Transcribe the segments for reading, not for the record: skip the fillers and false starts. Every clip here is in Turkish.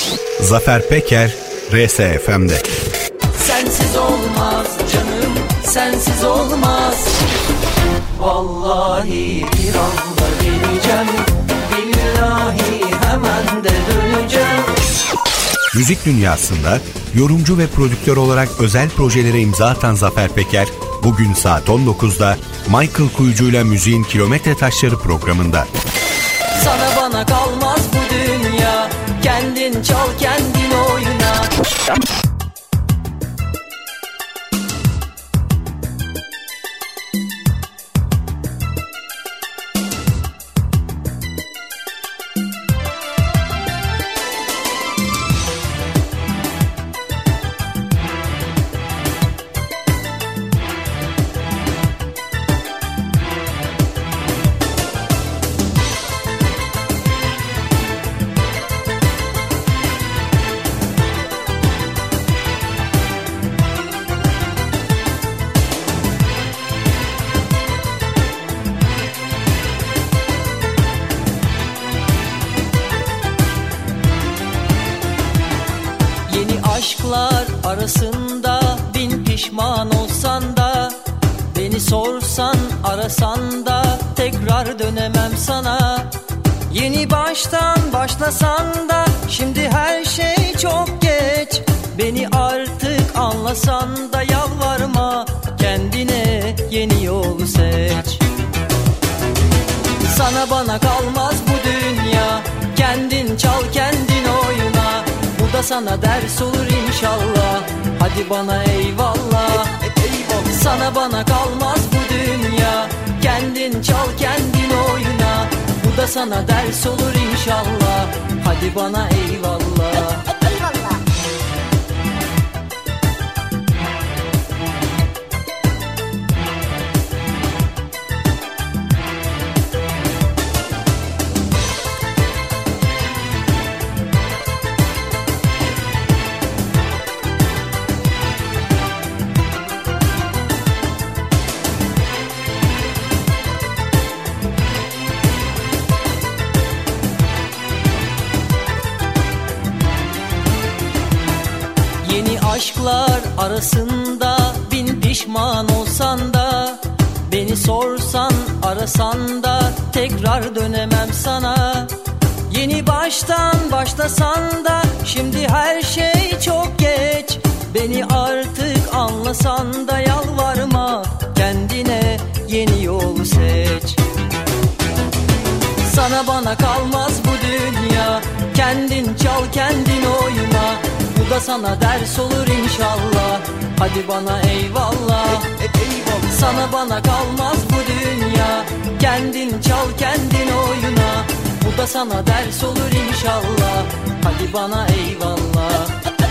Zafer Peker, RSFM'de. Sensiz olmaz canım, sensiz olmaz. Vallahi bir anda geleceğim, billahi hemen de döneceğim. Müzik dünyasında yorumcu ve prodüktör olarak özel projelere imza atan Zafer Peker, bugün saat 19'da Michael Kuyucu ile Müziğin Kilometre Taşları programında. Sana bana kalmaz bu dünya, kendin çal kendin oyna. Aşklar arasında bin pişman olsan da, beni sorsan arasan da tekrar dönemem sana. Yeni baştan başlasan da şimdi her şey çok geç. Beni artık anlasan da yalvarma, kendine yeni yolu seç. Sana bana kalmaz bu dünya, kendin çal kendin oyna. Bu da sana ders olur inşallah, hadi bana eyvallah. Sana bana kalmaz bu dünya, kendin çal kendin oyna. Bu da sana ders olur inşallah, hadi bana eyvallah. Aşklar arasında bin pişman olsan da, beni sorsan arasan da tekrar dönemem sana. Yeni baştan başlasan da şimdi her şey çok geç. Beni artık anlasan da yalvarma, kendine yeni yolu seç. Sana bana kalmaz bu dünya, kendin çal kendin oyna. Bu da sana ders olur inşallah, hadi bana eyvallah. Sana bana kalmaz bu dünya, kendin çal kendin oyna. Bu da sana ders olur inşallah, hadi bana eyvallah.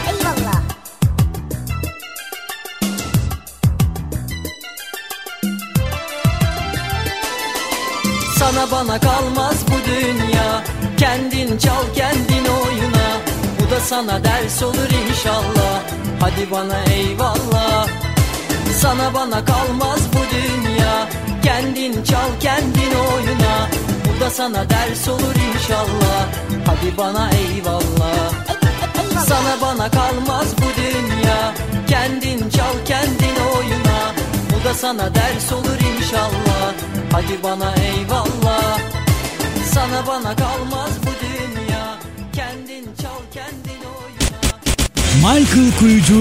Sana bana kalmaz bu dünya, kendin çal kendin oyna. Bu da sana ders olur inşallah, hadi bana eyvallah. Sana bana kalmaz bu dünya, kendin çal kendin oyna. Bu da sana ders olur inşallah, hadi bana eyvallah. Sana bana kalmaz bu dünya, kendin çal kendin oyna. Bu da sana ders olur inşallah, hadi bana eyvallah. Sana bana kalmaz bu dünya, kendin çal kendin oyna. Michael Kuyucu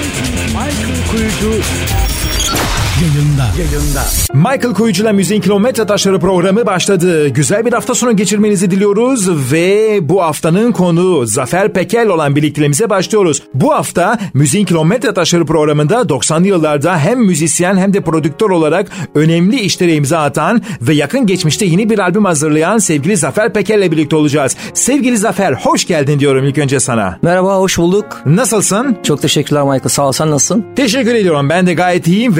yayında. Michael Kuyucu'la Müziğin Kilometre Taşları programı başladı. Güzel bir hafta sonu geçirmenizi diliyoruz ve bu haftanın konuğu Zafer Peker'le olan birlikteliğimize başlıyoruz. Bu hafta Müziğin Kilometre Taşları programında 90'lı yıllarda hem müzisyen hem de prodüktör olarak önemli işlere imza atan ve yakın geçmişte yeni bir albüm hazırlayan sevgili Zafer Peker'le birlikte olacağız. Sevgili Zafer, hoş geldin diyorum ilk önce sana. Merhaba, hoş bulduk. Nasılsın? Çok teşekkürler Michael, sağ ol, sen nasılsın? Teşekkür ediyorum, ben de gayet iyiyim ve hemen sana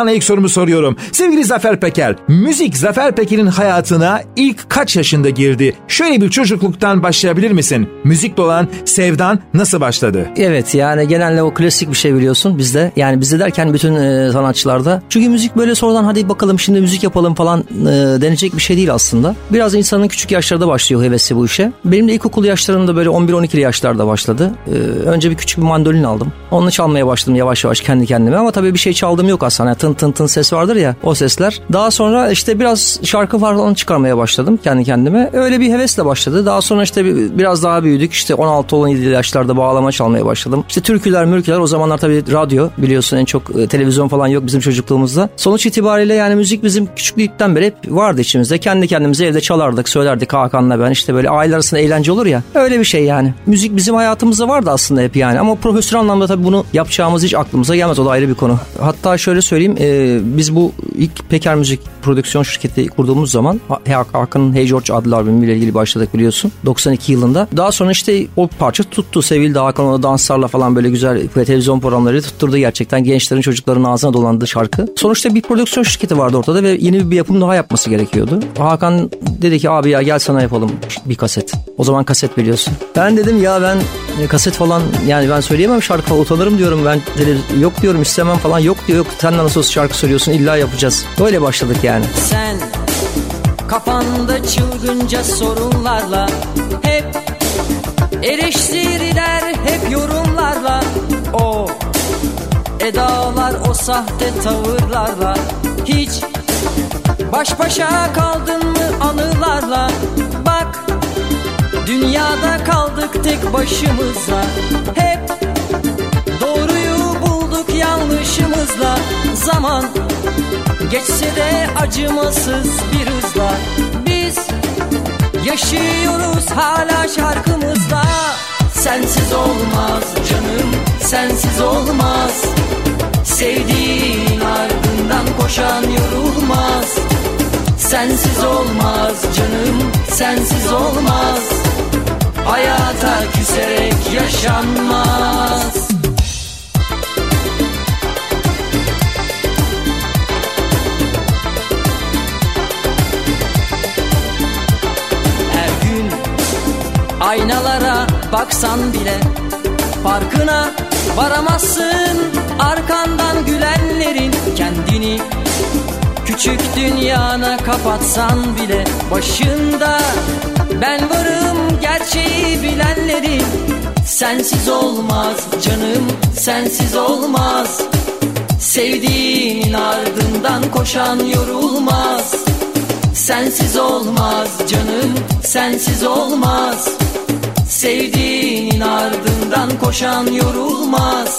sana ilk sorumu soruyorum. Sevgili Zafer Peker, müzik Zafer Peker'in hayatına ilk kaç yaşında girdi? Şöyle bir çocukluktan başlayabilir misin? Müzikle olan sevdan nasıl başladı? Evet, yani genelde o klasik bir şey biliyorsun bizde. Yani bizde derken bütün sanatçılarda. Çünkü müzik böyle sonradan hadi bakalım şimdi müzik yapalım falan denecek bir şey değil aslında. Biraz insanın küçük yaşlarda başlıyor hevesi bu işe. Benim de ilkokul yaşlarında böyle 11-12 yaşlarda başladı. Önce bir küçük bir mandolin aldım. Onunla çalmaya başladım yavaş yavaş kendi kendime, ama tabii bir şey çaldığım yok aslında. Yani tın tın tın ses vardır ya, o sesler. Daha sonra işte biraz şarkı falan çıkarmaya başladım kendi kendime. Öyle bir hevesle başladı. Daha sonra işte biraz daha büyüdük. İşte 16-17 yaşlarda bağlama çalmaya başladım. İşte türküler, mürküler, o zamanlar tabii radyo biliyorsun, en çok televizyon falan yok bizim çocukluğumuzda. Sonuç itibariyle yani müzik bizim küçüklükten beri hep vardı içimizde. Kendi kendimize evde çalardık, söylerdik Hakan'la ben. İşte böyle aile arasında eğlence olur ya. Öyle bir şey yani. Müzik bizim hayatımızda vardı aslında hep yani. Ama profesyonel anlamda tabii bunu yapacağımız hiç aklımıza gelmez. O da ayrı bir konu. Hatta şöyle söyleyeyim. Biz bu ilk Peker Müzik prodüksiyon şirketi kurduğumuz zaman Hakan'ın Hey George adlı albümüyle ilgili başladık biliyorsun. 92 yılında. Daha sonra işte o parça tuttu. Sevildi. Hakan ona danslarla falan böyle güzel televizyon programları tutturdu gerçekten. Gençlerin, çocukların ağzına dolandı şarkı. Sonuçta bir prodüksiyon şirketi vardı ortada ve yeni bir yapım daha yapması gerekiyordu. Hakan dedi ki abi ya gel sana yapalım bir kaset. O zaman kaset biliyorsun. Ben dedim ya ben kaset falan yani ben söyleyemem şarkı falan, utanırım diyorum ben. Yok diyorum, istemem falan. Yok diyor, yok sen nasıl şarkı söylüyorsun, illa yapacağız. Böyle başladık yani. Sen kafanda çılgınca sorunlarla, hep eleştiriler, hep yorumlarla, o edalar, o sahte tavırlarla, hiç baş başa kaldın mı anılarla? Bak dünyada kaldık tek başımıza, hep doğruyu bulduk yanlışımızla. Zaman geçse de acımasız bir hızla, biz yaşıyoruz hala şarkımızla. Sensiz olmaz canım, sensiz olmaz. Sevdiğin ardından koşan yorulmaz. Sensiz olmaz canım, sensiz olmaz. Hayata küserek yaşanmaz. Her gün aynalara baksan bile farkına varamazsın. Arkandan gülenlerin, kendini küçük dünyana kapatsan bile başında ben varım gerçeği bilenlerin. Sensiz olmaz canım, sensiz olmaz. Sevdiğin ardından koşan yorulmaz. Sensiz olmaz canım, sensiz olmaz. Sevdiğin ardından koşan yorulmaz.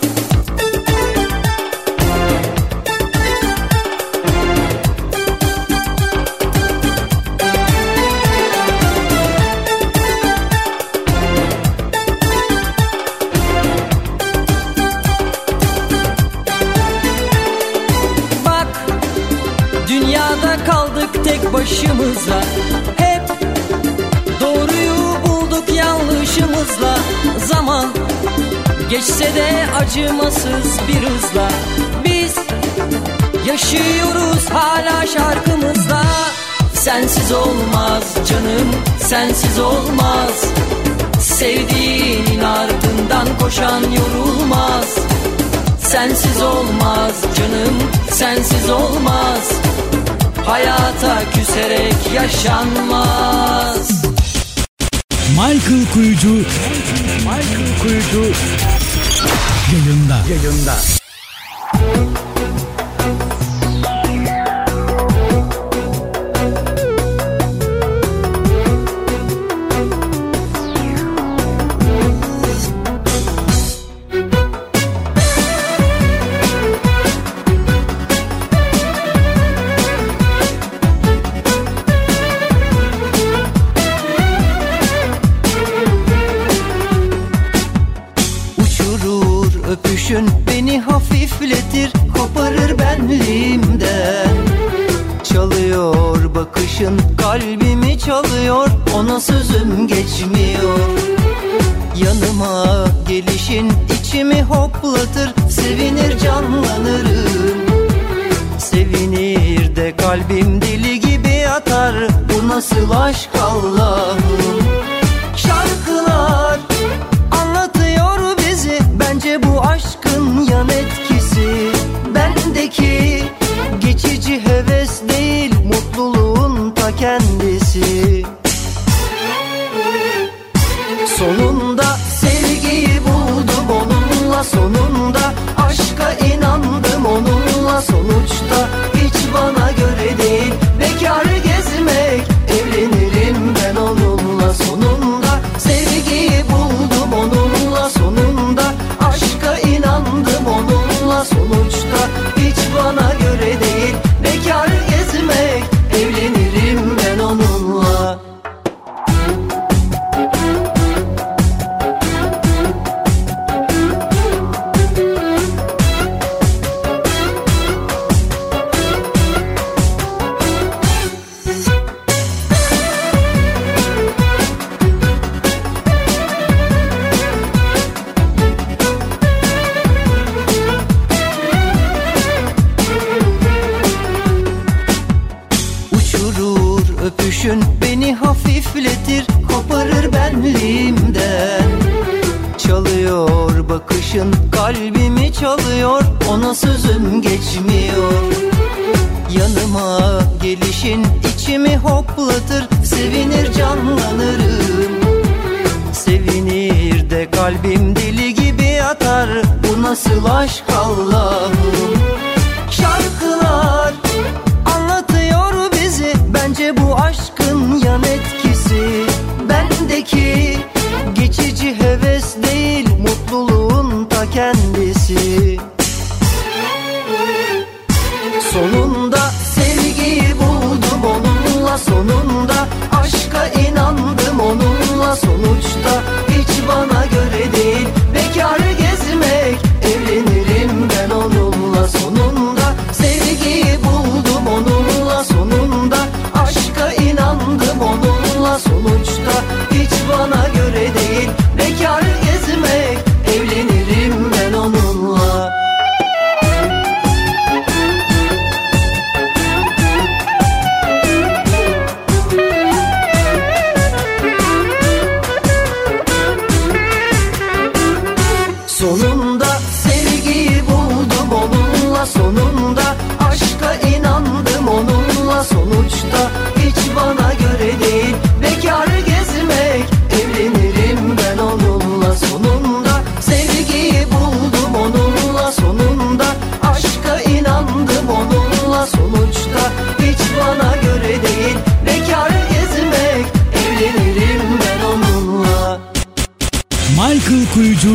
Dünyada kaldık tek başımıza, hep doğruyu bulduk yanlışımızla. Zaman geçse de acımasız bir hızla, biz yaşıyoruz hala şarkımızla. Sensiz olmaz canım, sensiz olmaz. Sevdiğinin ardından koşan yorulmaz. Sensiz olmaz canım, sensiz olmaz. Hayata küserek yaşanmaz. Michael Kuyucu yayında. Beni hafifletir, koparır benliğimden. Çalıyor bakışın, kalbimi çalıyor, ona sözüm geçmiyor. Yanıma gelişin içimi hoplatır, sevinir canlanırım. de kalbim deli gibi atar. Bu nasıl aşk Allah'ım? Şarkılar anlatıyor bizi, bence bu aşkın yan etkisi. Bendeki geçici heves değil, mutluluğun ta kendisi. Sonunda sevgiyi buldum onunla, sonunda aşka inandım onunla. Sonuçta hiç bana göre değil, bekar gezmek, evlenirim ben onunla. Sonunda sevgiyi buldum onunla, sonunda aşka inandım onunla. Sonuçta hiç bana göre değil, bekar gezmek, evlenirim ben onunla. Beni hafifletir, koparır benliğimden. Çalıyor bakışın, kalbimi çalıyor, ona sözüm geçmiyor. Yanıma gelişin içimi hoplatır, sevinir canlanırım. Sevinir de kalbim deli gibi atar. Bu nasıl aşk Allah'ım? Şarkılar anlatıyor bizi, bence bu aşkın yan etkisi. Bendeki geçici heves değil, mutluluğun ta kendisi. Sonunda sevgiyi buldum onunla, sonunda aşka inandım onunla. Sonuçta hiç bana göre değil, bekar gezmek, evlenirim ben onunla. Sonunda sevgiyi buldum onunla, sonunda aşka inandım onunla. Sonuçta hiç bana göre değil, bekar gezmek, evlenirim ben onunla. Sonunda sevgiyi buldum onunla, sonunda aşka inandım onunla. Sonuçta hiç bana göre değil, bekar gezmek, evlenirim ben onunla. Sonunda sevgiyi buldum onunla, sonunda aşka inandım onunla. Sonuçta hiç bana göre değil, bekar gezmek, evlenirim ben onunla. Michael Kuyucu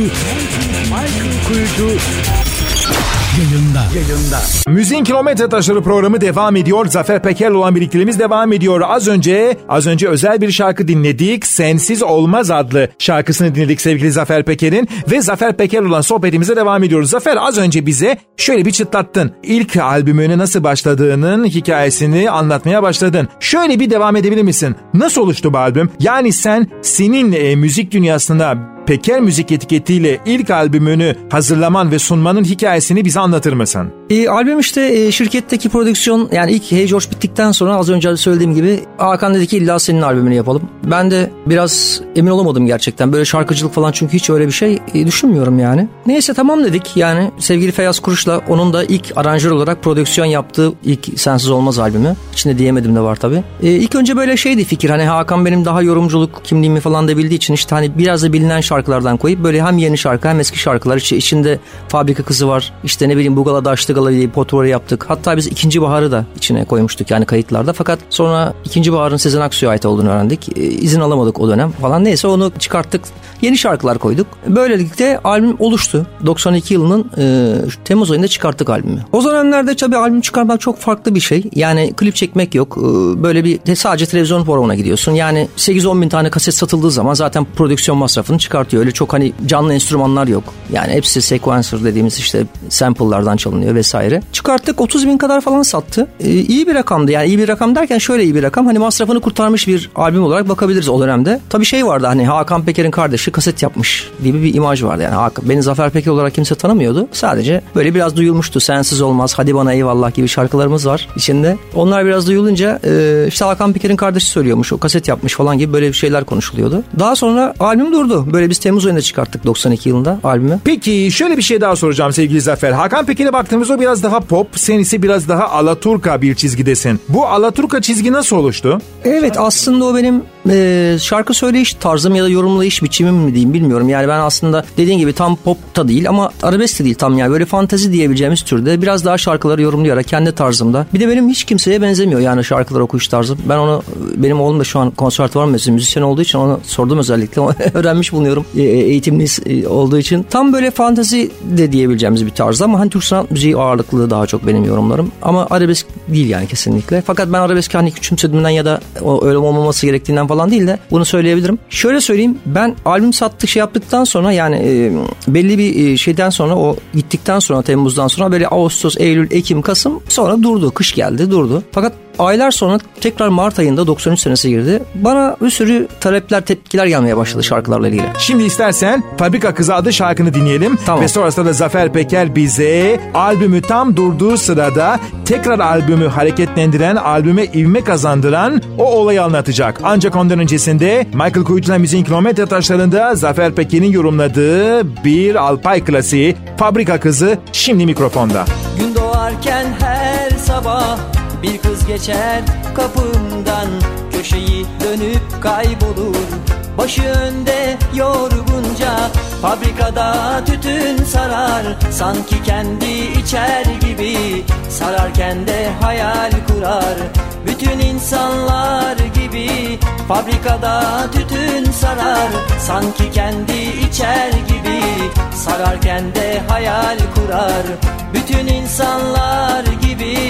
yayında. Müziğin Kilometre Taşları programı devam ediyor. Zafer Peker'le olan birlikteliğimiz devam ediyor. Az önce özel bir şarkı dinledik. Sensiz Olmaz adlı şarkısını dinledik sevgili Zafer Peker'in ve Zafer Peker'le olan sohbetimize devam ediyoruz. Zafer, az önce bize şöyle bir çıtlattın. İlk albümüne nasıl başladığının hikayesini anlatmaya başladın. Şöyle bir devam edebilir misin? Nasıl oluştu bu albüm? Yani senin müzik dünyasında Peker Müzik etiketiyle ilk albümünü hazırlaman ve sunmanın hikayesini bize anlatır mısın? Albüm işte şirketteki prodüksiyon, yani ilk Hey George bittikten sonra az önce söylediğim gibi Hakan dedi ki illa senin albümünü yapalım. Ben de biraz emin olamadım gerçekten. Böyle şarkıcılık falan, çünkü hiç öyle bir şey düşünmüyorum yani. Neyse tamam dedik. Yani sevgili Feyyaz Kuruş'la onun da ilk aranjör olarak prodüksiyon yaptığı ilk Sensiz Olmaz albümü. İçinde diyemedim de var tabii. İlk önce böyle şeydi fikir. Hani Hakan benim daha yorumculuk kimliğimi falan da bildiği için işte hani biraz da bilinen şarkılardan koyup böyle hem yeni şarkı hem eski şarkılar. İçinde Fabrika Kızı var. İşte ne bileyim Bugala Daşlı Gala diye potpourri yaptık. Hatta biz ikinci baharı da içine koymuştuk yani kayıtlarda. Fakat sonra ikinci baharın Sezen Aksu'ya ait olduğunu öğrendik. İzin alamadık o dönem falan. Neyse onu çıkarttık. Yeni şarkılar koyduk. Böylelikle albüm oluştu. 92 yılının Temmuz ayında çıkarttık albümü. O dönemlerde tabii albüm çıkarmak çok farklı bir şey. Yani klip çekmek yok. Böyle bir sadece televizyon programına gidiyorsun. Yani 8-10 bin tane kaset satıldığı zaman zaten prodüksiyon masrafını çıkartıyor. Öyle çok hani canlı enstrümanlar yok. Yani hepsi sequencer dediğimiz işte sample'lardan çalınıyor vesaire. vesaire. Çıkarttık, 30.000 kadar falan sattı. İyi bir rakamdı yani, iyi bir rakam derken şöyle iyi bir rakam. Hani masrafını kurtarmış bir albüm olarak bakabiliriz o dönemde. Tabii şey vardı, hani Hakan Peker'in kardeşi kaset yapmış gibi bir imaj vardı yani. Beni Zafer Peker olarak kimse tanımıyordu. Sadece böyle biraz duyulmuştu. Sensiz Olmaz, Hadi Bana Eyvallah gibi şarkılarımız var içinde. Onlar biraz duyulunca işte Hakan Peker'in kardeşi söylüyormuş, o kaset yapmış falan gibi böyle bir şeyler konuşuluyordu. Daha sonra albüm durdu. Böyle biz Temmuz ayında çıkarttık 92 yılında albümü. Peki şöyle bir şey daha soracağım sevgili Zafer. Hakan Peker'e baktığımızda o biraz daha pop, sen ise biraz daha alaturka bir çizgidesin. Bu alaturka çizgi nasıl oluştu? Evet, aslında o benim şarkı söyleyiş tarzım ya da yorumlayış biçimim mi diyeyim bilmiyorum. Yani ben aslında dediğin gibi tam pop da değil ama arabesk de değil tam, yani böyle fantezi diyebileceğimiz türde biraz daha şarkıları yorumlayarak kendi tarzımda. Bir de benim hiç kimseye benzemiyor yani şarkılar okuyuş tarzım. Ben onu, benim oğlum da şu an konservatuvar müzisyen olduğu için onu sordum özellikle. Öğrenmiş bulunuyorum eğitimli olduğu için. Tam böyle fantezi de diyebileceğimiz bir tarzda ama hani Türk sanat müziği ağırlıklı daha çok benim yorumlarım. Ama arabesk değil yani kesinlikle. Fakat ben arabesk hani küçümsediğimden ya da öyle olmaması gerektiğinden falan değil de bunu söyleyebilirim. Şöyle söyleyeyim, ben albüm sattık şey yaptıktan sonra yani belli bir şeyden sonra, o gittikten sonra Temmuz'dan sonra böyle Ağustos, Eylül, Ekim, Kasım sonra durdu. Kış geldi, durdu. Fakat aylar sonra tekrar Mart ayında 93 senesi girdi. Bana bir sürü talepler, tepkiler gelmeye başladı şarkılarla ilgili. Şimdi istersen Fabrika Kızı adlı şarkını dinleyelim. Tamam. Ve sonrasında da Zafer Peker bize albümü tam durduğu sırada tekrar albümü hareketlendiren, albüme ivme kazandıran o olayı anlatacak. Ancak ondan öncesinde Michael Kuyucu'nun müziğin kilometre taşlarında Zafer Peker'in yorumladığı bir Alpay klasiği Fabrika Kızı şimdi mikrofonda. Gün doğarken her sabah bir kız geçer kapımdan, köşeyi dönüp kaybolur, başı önde yorgunca. Fabrikada tütün sarar, sanki kendi içer gibi, sararken de hayal kurar, bütün insanlar gibi. Fabrikada tütün sarar, sanki kendi içer gibi, sararken de hayal kurar, bütün insanlar gibi.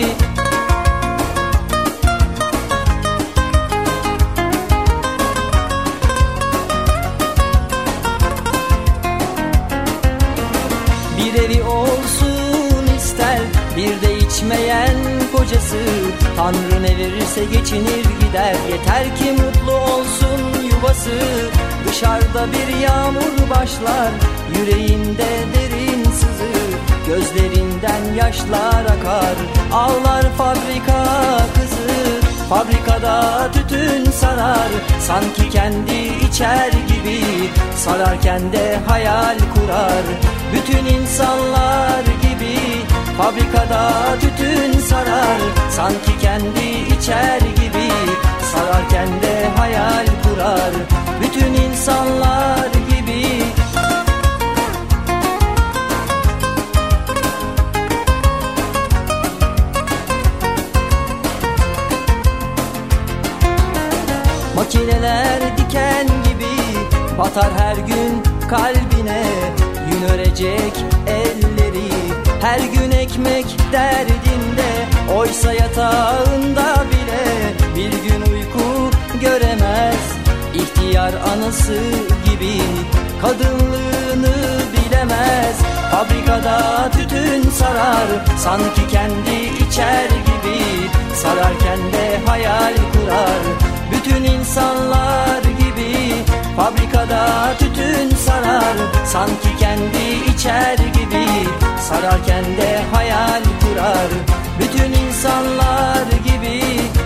Bir evi olsun ister, bir de içmeyen kocası. Tanrı ne verirse geçinir gider, yeter ki mutlu olsun yuvası. Dışarıda bir yağmur başlar, yüreğinde derin sızı, gözlerinden yaşlar akar, ağlar fabrika kızı. Fabrikada tütün sarar, sanki kendi içer gibi, sararken de hayal kurar, bütün insanlar gibi. Fabrikada tütün sarar, sanki kendi içer gibi, sararken de hayal kurar, bütün insanlar gibi. Makineler diken gibi batar her gün kalbine, yün örecek elleri her gün ekmek derdinde. Oysa yatağında bile bir gün uyku göremez, ihtiyar anası gibi kadınlığını bilemez. Fabrikada tütün sarar, sanki kendi içer gibi, sararken de hayal kurar, bütün insanlar gibi. Fabrikada tütün sarar, sanki kendi içer gibi, sararken de hayal kurar, bütün insanlar gibi.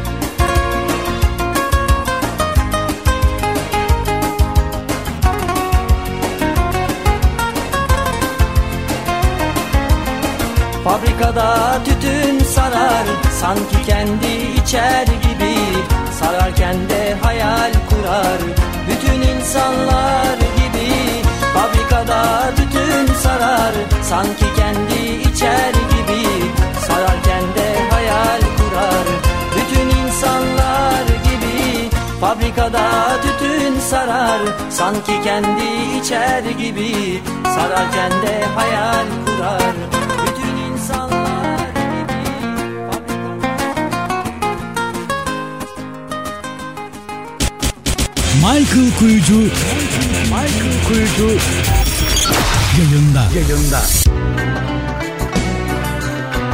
Fabrikada tütün sarar, sanki kendi içer gibi, sararken de hayal kurar, bütün insanlar gibi. Fabrikada tütün sarar, sanki kendi içer gibi, sararken de hayal kurar, bütün insanlar gibi. Fabrikada tütün sarar, sanki kendi içer gibi, sararken de hayal kurar, bütün insanlar gibi. Michael Kuyucu yayında.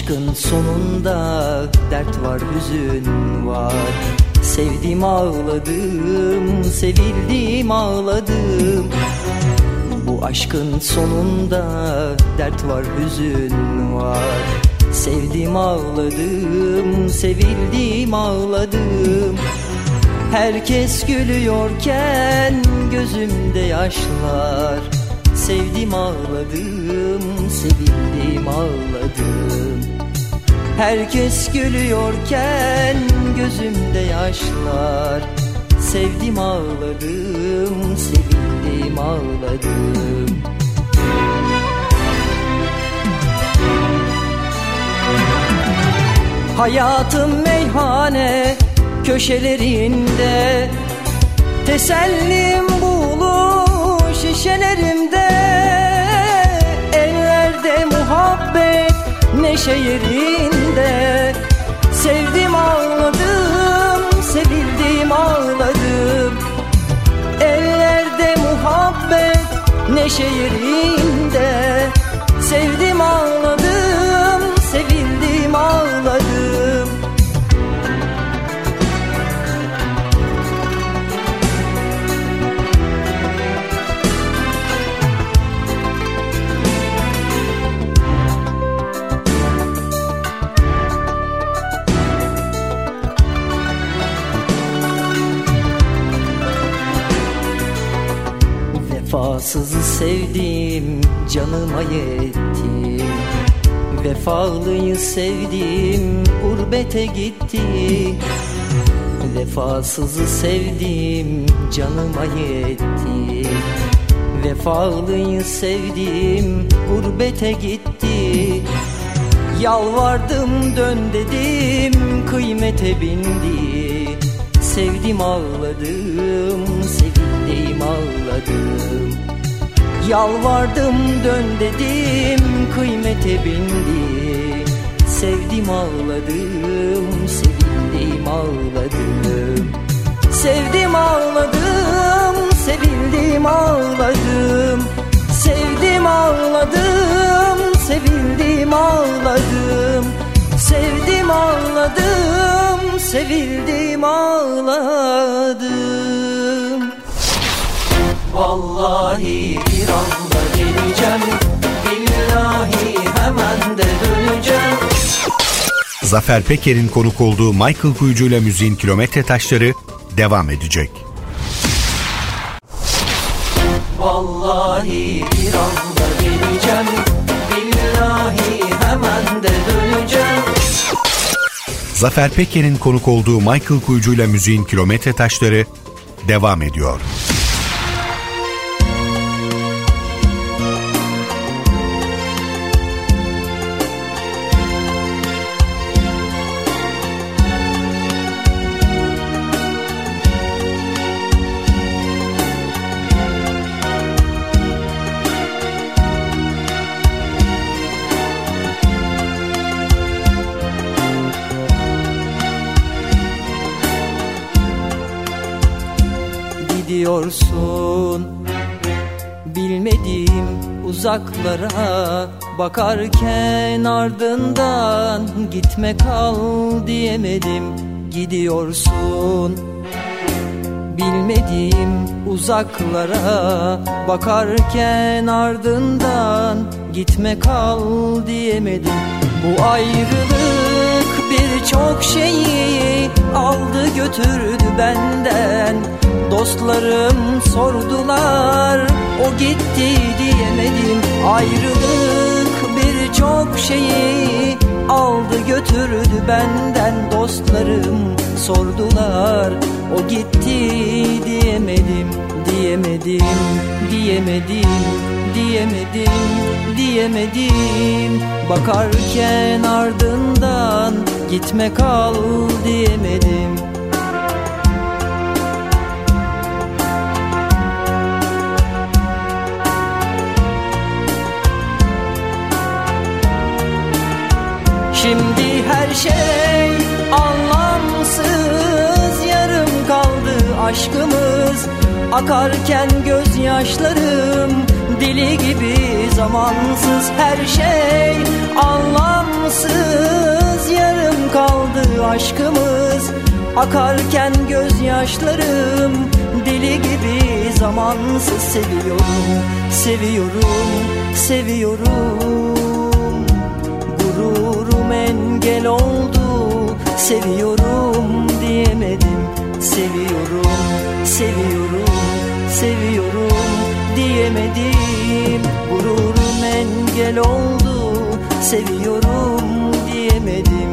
aşkın sonunda dert var, hüzün var. Sevdim ağladım, sevildim ağladım. Bu aşkın sonunda dert var, hüzün var. Sevdim ağladım, sevildim ağladım. Herkes gülüyorken gözümde yaşlar. Sevdim ağladım, sevildim ağladım. Herkes gülüyorken gözümde yaşlar. Sevdim ağladım, sevildim ağladım. Hayatım meyhane köşelerinde, tesellim bulur şişelerimde. Ellerde muhabbet neşe yerinde. Sevdim ağladım, sevildim ağladım. Ellerde muhabbet neşe yerinde. Sevdim ağladım, sevildim ağladım. Vefasızı sevdim, canıma yetti. Vefalıyı sevdim, gurbete gitti. Vefasızı sevdim, canıma yetti. Vefalıyı sevdim, gurbete gitti. Yalvardım dön dedim, kıymete bindi. Sevdim ağladım, sevildim ağladım. Yalvardım dön dedim, kıymete bindi. Sevdim ağladım, sevildim ağladım. Sevdim ağladım, sevildim ağladım. Sevdim ağladım, sevildim ağladım. Sevdim ağladım, sevildim ağladım. Vallahi bir anda geleceğim, billahi hemen de döneceğim. Zafer Peker'in konuk olduğu Michael Kuyucu ile müziğin kilometre taşları devam edecek. Vallahi bir anda geleceğim, billahi hemen de döneceğim. Zafer Peker'in konuk olduğu Michael Kuyucu ile müziğin kilometre taşları devam ediyor. Gidiyorsun bilmediğim uzaklara, bakarken ardından gitme kal diyemedim. Gidiyorsun bilmediğim uzaklara, bakarken ardından gitme kal diyemedim. Bu ayrılık birçok şeyi aldı götürdü benden. Dostlarım sordular, o gitti diyemedim. Ayrılık birçok şeyi aldı götürdü benden. Dostlarım sordular, o gitti diyemedim. Diyemedim, diyemedim, diyemedim, diyemedim. Bakarken ardından gitme kal diyemedim. Şimdi her şey anlamsız, yarım kaldı aşkımız. Akarken gözyaşlarım deli gibi zamansız, her şey anlamsız. Yarım kaldı aşkımız, akarken gözyaşlarım, deli gibi zamansız. Seviyorum, seviyorum, seviyorum. Gururum engel oldu, seviyorum diyemedim. Seviyorum, seviyorum, seviyorum diyemedim. Gururum engel oldu, seviyorum diyemedim.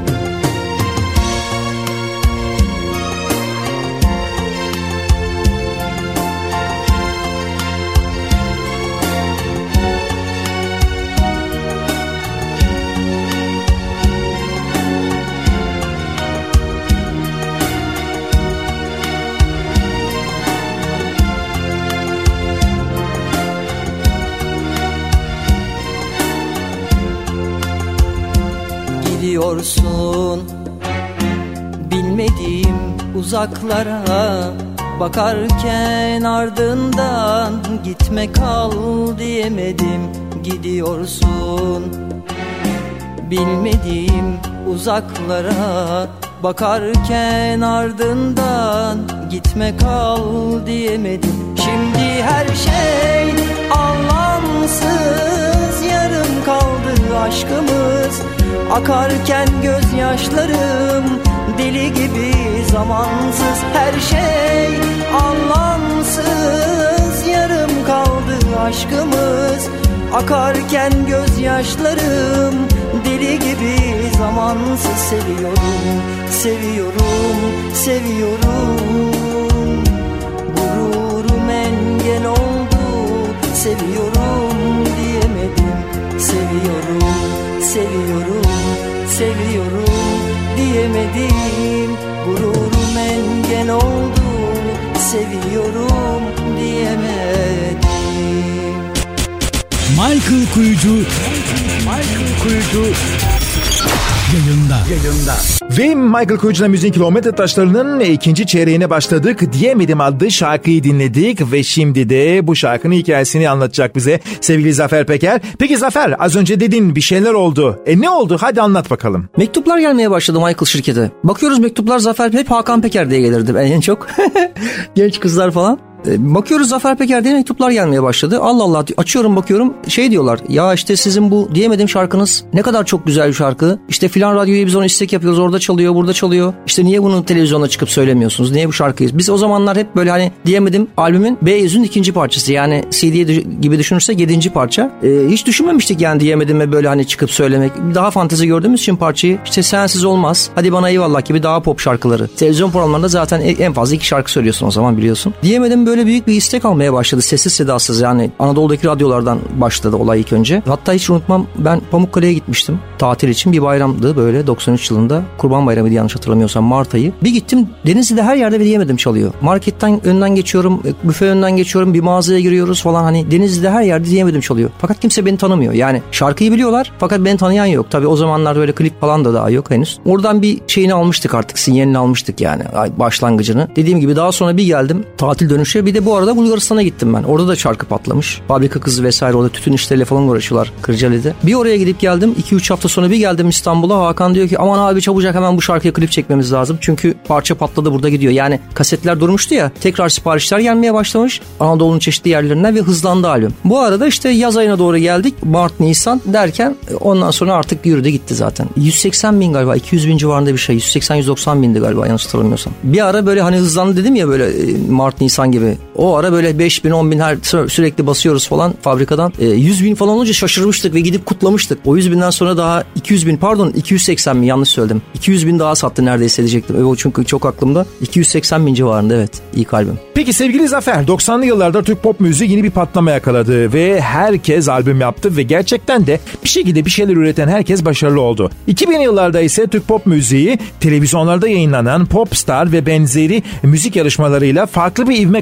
Gidiyorsun bilmediğim uzaklara, bakarken ardından gitme kal diyemedim. Gidiyorsun bilmediğim uzaklara, bakarken ardından gitme kal diyemedim. Şimdi her şey anlamsız, yarım kaldı aşkımız, akarken gözyaşlarım, deli gibi zamansız. Her şey anlamsız, yarım kaldı aşkımız, akarken gözyaşlarım, deli gibi zamansız. Seviyorum, seviyorum, seviyorum. Gururum engel oldu, seviyorum diyemedim. Seviyorum, seviyorum, seviyorum diyemedim. Gururum engel oldu, seviyorum diyemedim. Michael Kuyucu yayında. Ve Michael Kuyucu'la Müziğin Kilometre Taşları'nın ikinci çeyreğine başladık. Diyemedim adlı şarkıyı dinledik ve şimdi de bu şarkının hikayesini anlatacak bize sevgili Zafer Peker. Peki Zafer, az önce dedin bir şeyler oldu. Ne oldu? Hadi anlat bakalım. Mektuplar gelmeye başladı Michael şirkete. Bakıyoruz mektuplar Zafer, hep Hakan Peker diye gelirdi en çok. Genç kızlar falan. Bakıyoruz Zafer Peker diye mektuplar gelmeye başladı. Allah Allah, açıyorum bakıyorum, şey diyorlar. Ya işte sizin bu Diyemedim şarkınız ne kadar çok güzel bir şarkı. İşte filan radyoya biz onu istek yapıyoruz, orada çalıyor, burada çalıyor. İşte niye bunu televizyonda çıkıp söylemiyorsunuz? Niye bu şarkıyı? Biz o zamanlar hep böyle hani Diyemedim albümün B yüzünün ikinci parçası. Yani CD gibi düşünürsek 7. parça. Hiç düşünmemiştik yani Diyemedim'e böyle hani çıkıp söylemek. Daha fantezi gördüğümüz için parçayı, işte sensiz olmaz, hadi bana eyvallah gibi daha pop şarkıları. Televizyon programlarında zaten en fazla 2 şarkı söylüyorsun o zaman, biliyorsun. Diyemedim böyle büyük bir istek almaya başladı. Sessiz sedasız, yani Anadolu'daki radyolardan başladı olay ilk önce. Hatta hiç unutmam, ben Pamukkale'ye gitmiştim tatil için, bir bayramdı böyle 93 yılında. Kurban Bayramı'ydı yanlış hatırlamıyorsam, Mart ayı. Bir gittim, Denizli'de her yerde Diyemedim çalıyor. Marketten önünden geçiyorum, büfe önünden geçiyorum, bir mağazaya giriyoruz falan, hani Denizli'de her yerde Diyemedim çalıyor. Fakat kimse beni tanımıyor. Yani şarkıyı biliyorlar fakat beni tanıyan yok. Tabii o zamanlar böyle klip falan da daha yok henüz. Oradan bir şeyini almıştık artık, sinyalini almıştık yani, başlangıcını. Dediğim gibi daha sonra bir geldim tatil dönüşü. Bir de bu arada Bulgaristan'a gittim ben. Orada da şarkı patlamış. Fabrika kızı vesaire, orada tütün işleriyle falan uğraşıyorlar Kırcaali'de. Bir oraya gidip geldim. 2-3 hafta sonra bir geldim İstanbul'a. Hakan diyor ki aman abi çabucak hemen bu şarkıya klip çekmemiz lazım. Çünkü parça patladı, burada gidiyor. Yani kasetler durmuştu ya. Tekrar siparişler gelmeye başlamış. Anadolu'nun çeşitli yerlerinden ve hızlandı albüm. Bu arada işte yaz ayına doğru geldik. Mart, Nisan derken ondan sonra artık yürüdü gitti zaten. 180 bin galiba. 200 bin civarında bir şey. 180-190 bindi galiba yanlış hatırlamıyorsam. Bir ara böyle hani hızlandı dedim ya, böyle Mart, Nisan gibi. O ara böyle 5 bin 10 bin her sürekli basıyoruz falan fabrikadan. 100 bin falan olunca şaşırmıştık ve gidip kutlamıştık. O 100 binden sonra daha 280 bin yanlış söyledim. 200 bin daha sattı neredeyse diyecektim. O çünkü çok aklımda. 280 bin civarında evet ilk albüm. Peki sevgili Zafer, 90'lı yıllarda Türk pop müziği yeni bir patlama yakaladı ve herkes albüm yaptı ve gerçekten de bir şekilde bir şeyler üreten herkes başarılı oldu. 2000 yıllarda ise Türk pop müziği televizyonlarda yayınlanan Popstar ve benzeri müzik yarışmalarıyla farklı bir ivme kazanmaya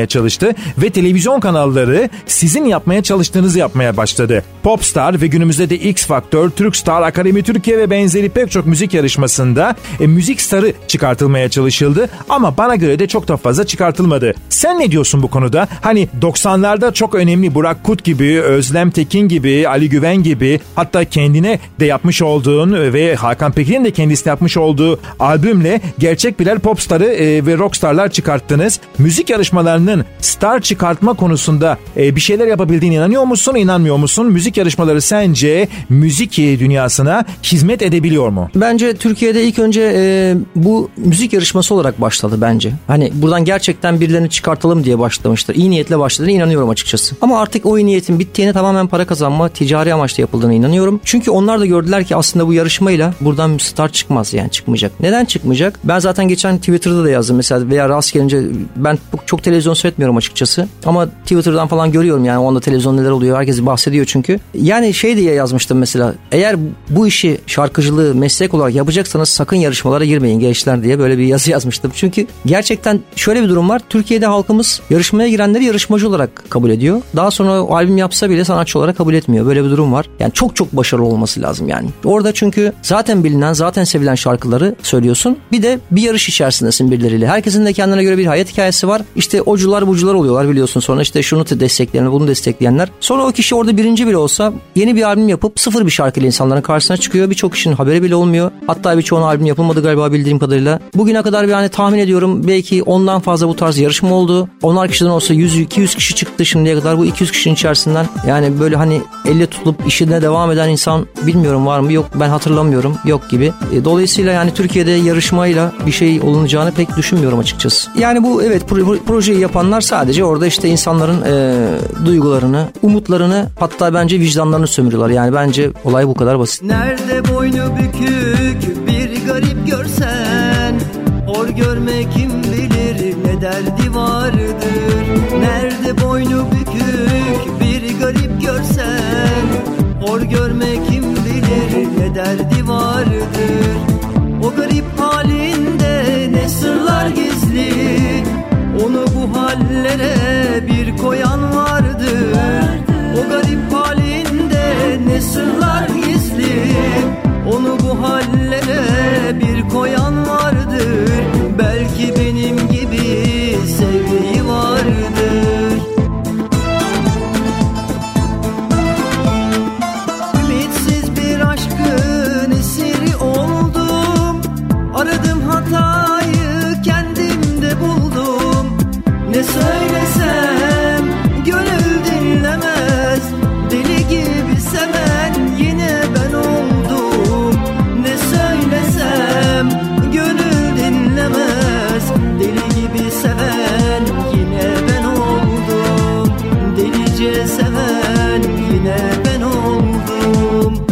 yapmaya çalıştı ve televizyon kanalları sizin yapmaya çalıştığınızı yapmaya başladı. Popstar ve günümüzde de X Factor, Türkstar, Akademi Türkiye ve benzeri pek çok müzik yarışmasında müzik starı çıkartılmaya çalışıldı ama bana göre de çok da fazla çıkartılmadı. Sen ne diyorsun bu konuda? Hani 90'larda çok önemli Burak Kut gibi, Özlem Tekin gibi, Ali Güven gibi, hatta kendine de yapmış olduğun ve Hakan Peker'in de kendisine yapmış olduğu albümle gerçek birer popstarı ve rockstarlar çıkarttınız. Müzik yarışmalarının star çıkartma konusunda bir şeyler yapabildiğine inanıyor musun, inanmıyor musun? Müzik yarışmaları sence müzik dünyasına hizmet edebiliyor mu? Bence Türkiye'de ilk önce bu müzik yarışması olarak başladı bence. Hani buradan gerçekten birilerini çıkartalım diye başlamıştır. İyi niyetle başladığına inanıyorum açıkçası. Ama artık o iyi niyetin bittiğine, tamamen para kazanma, ticari amaçla yapıldığına inanıyorum. Çünkü onlar da gördüler ki aslında bu yarışmayla buradan star çıkmaz, yani çıkmayacak. Neden çıkmayacak? Ben zaten geçen Twitter'da da yazdım mesela, veya rast gelince, ben çok televizyon seyretmiyorum açıkçası. Ama Twitter'dan falan görüyorum yani o anda televizyon neler oluyor. Herkes bahsediyor çünkü. Yani şey diye yazmıştım mesela. Eğer bu işi, şarkıcılığı meslek olarak yapacaksanız sakın yarışmalara girmeyin gençler diye böyle bir yazı yazmıştım. Çünkü gerçekten şöyle bir durum var. Türkiye'de halkımız yarışmaya girenleri yarışmacı olarak kabul ediyor. Daha sonra o albüm yapsa bile sanatçı olarak kabul etmiyor. Böyle bir durum var. Yani çok çok başarılı olması lazım yani. Orada çünkü zaten bilinen, zaten sevilen şarkıları söylüyorsun. Bir de bir yarış içerisindesin birileriyle. Herkesin de kendine göre bir hayat hikayesi var. İşte ocular bucular oluyorlar biliyorsun. Sonra işte şunu destekleyenler, bunu destekleyenler. Sonra o kişi orada birinci bile olsa yeni bir albüm yapıp sıfır bir şarkıyla insanların karşısına çıkıyor. Birçok kişinin haberi bile olmuyor. Hatta birçoğunun albüm yapılmadı galiba bildiğim kadarıyla. Bugüne kadar yani tahmin ediyorum belki ondan fazla bu tarz yarışma oldu. Onlar kişiden olsa 100-200 kişi çıktı şimdiye kadar. Bu 200 kişinin içerisinden yani böyle hani elle tutulup işine devam eden insan bilmiyorum var mı? Yok, ben hatırlamıyorum. Yok gibi. Dolayısıyla yani Türkiye'de yarışmayla bir şey olunacağını pek düşünmüyorum açıkçası. Yani bu evet projeyi yapanlar sadece orada işte insanların duygularını, umutlarını, hatta bence vicdanlarını sömürüyorlar. Yani bence olay bu kadar basit. Nerede boynu bükük bir garip görsen, hor görme kim bilir ne derdi vardır. Nerede boynu bükük bir garip görsen, hor görme kim bilir ne derdi vardır. O garip halinde ne sırlar gizli, onu bu hallere bir koyan vardır. O garip halinde ne sırlar gizli, onu bu hallere bir koyan vardır. Belki benim gibi sevdiği vardır. Ümitsiz bir aşkın esiri oldum. Aradım hatayı kendimde buldum. Ne söylesem gönül dinlemez. Deli gibi seven yine ben oldum. Ne söylesem gönül dinlemez. Deli gibi seven yine ben oldum. Delice seven yine ben oldum.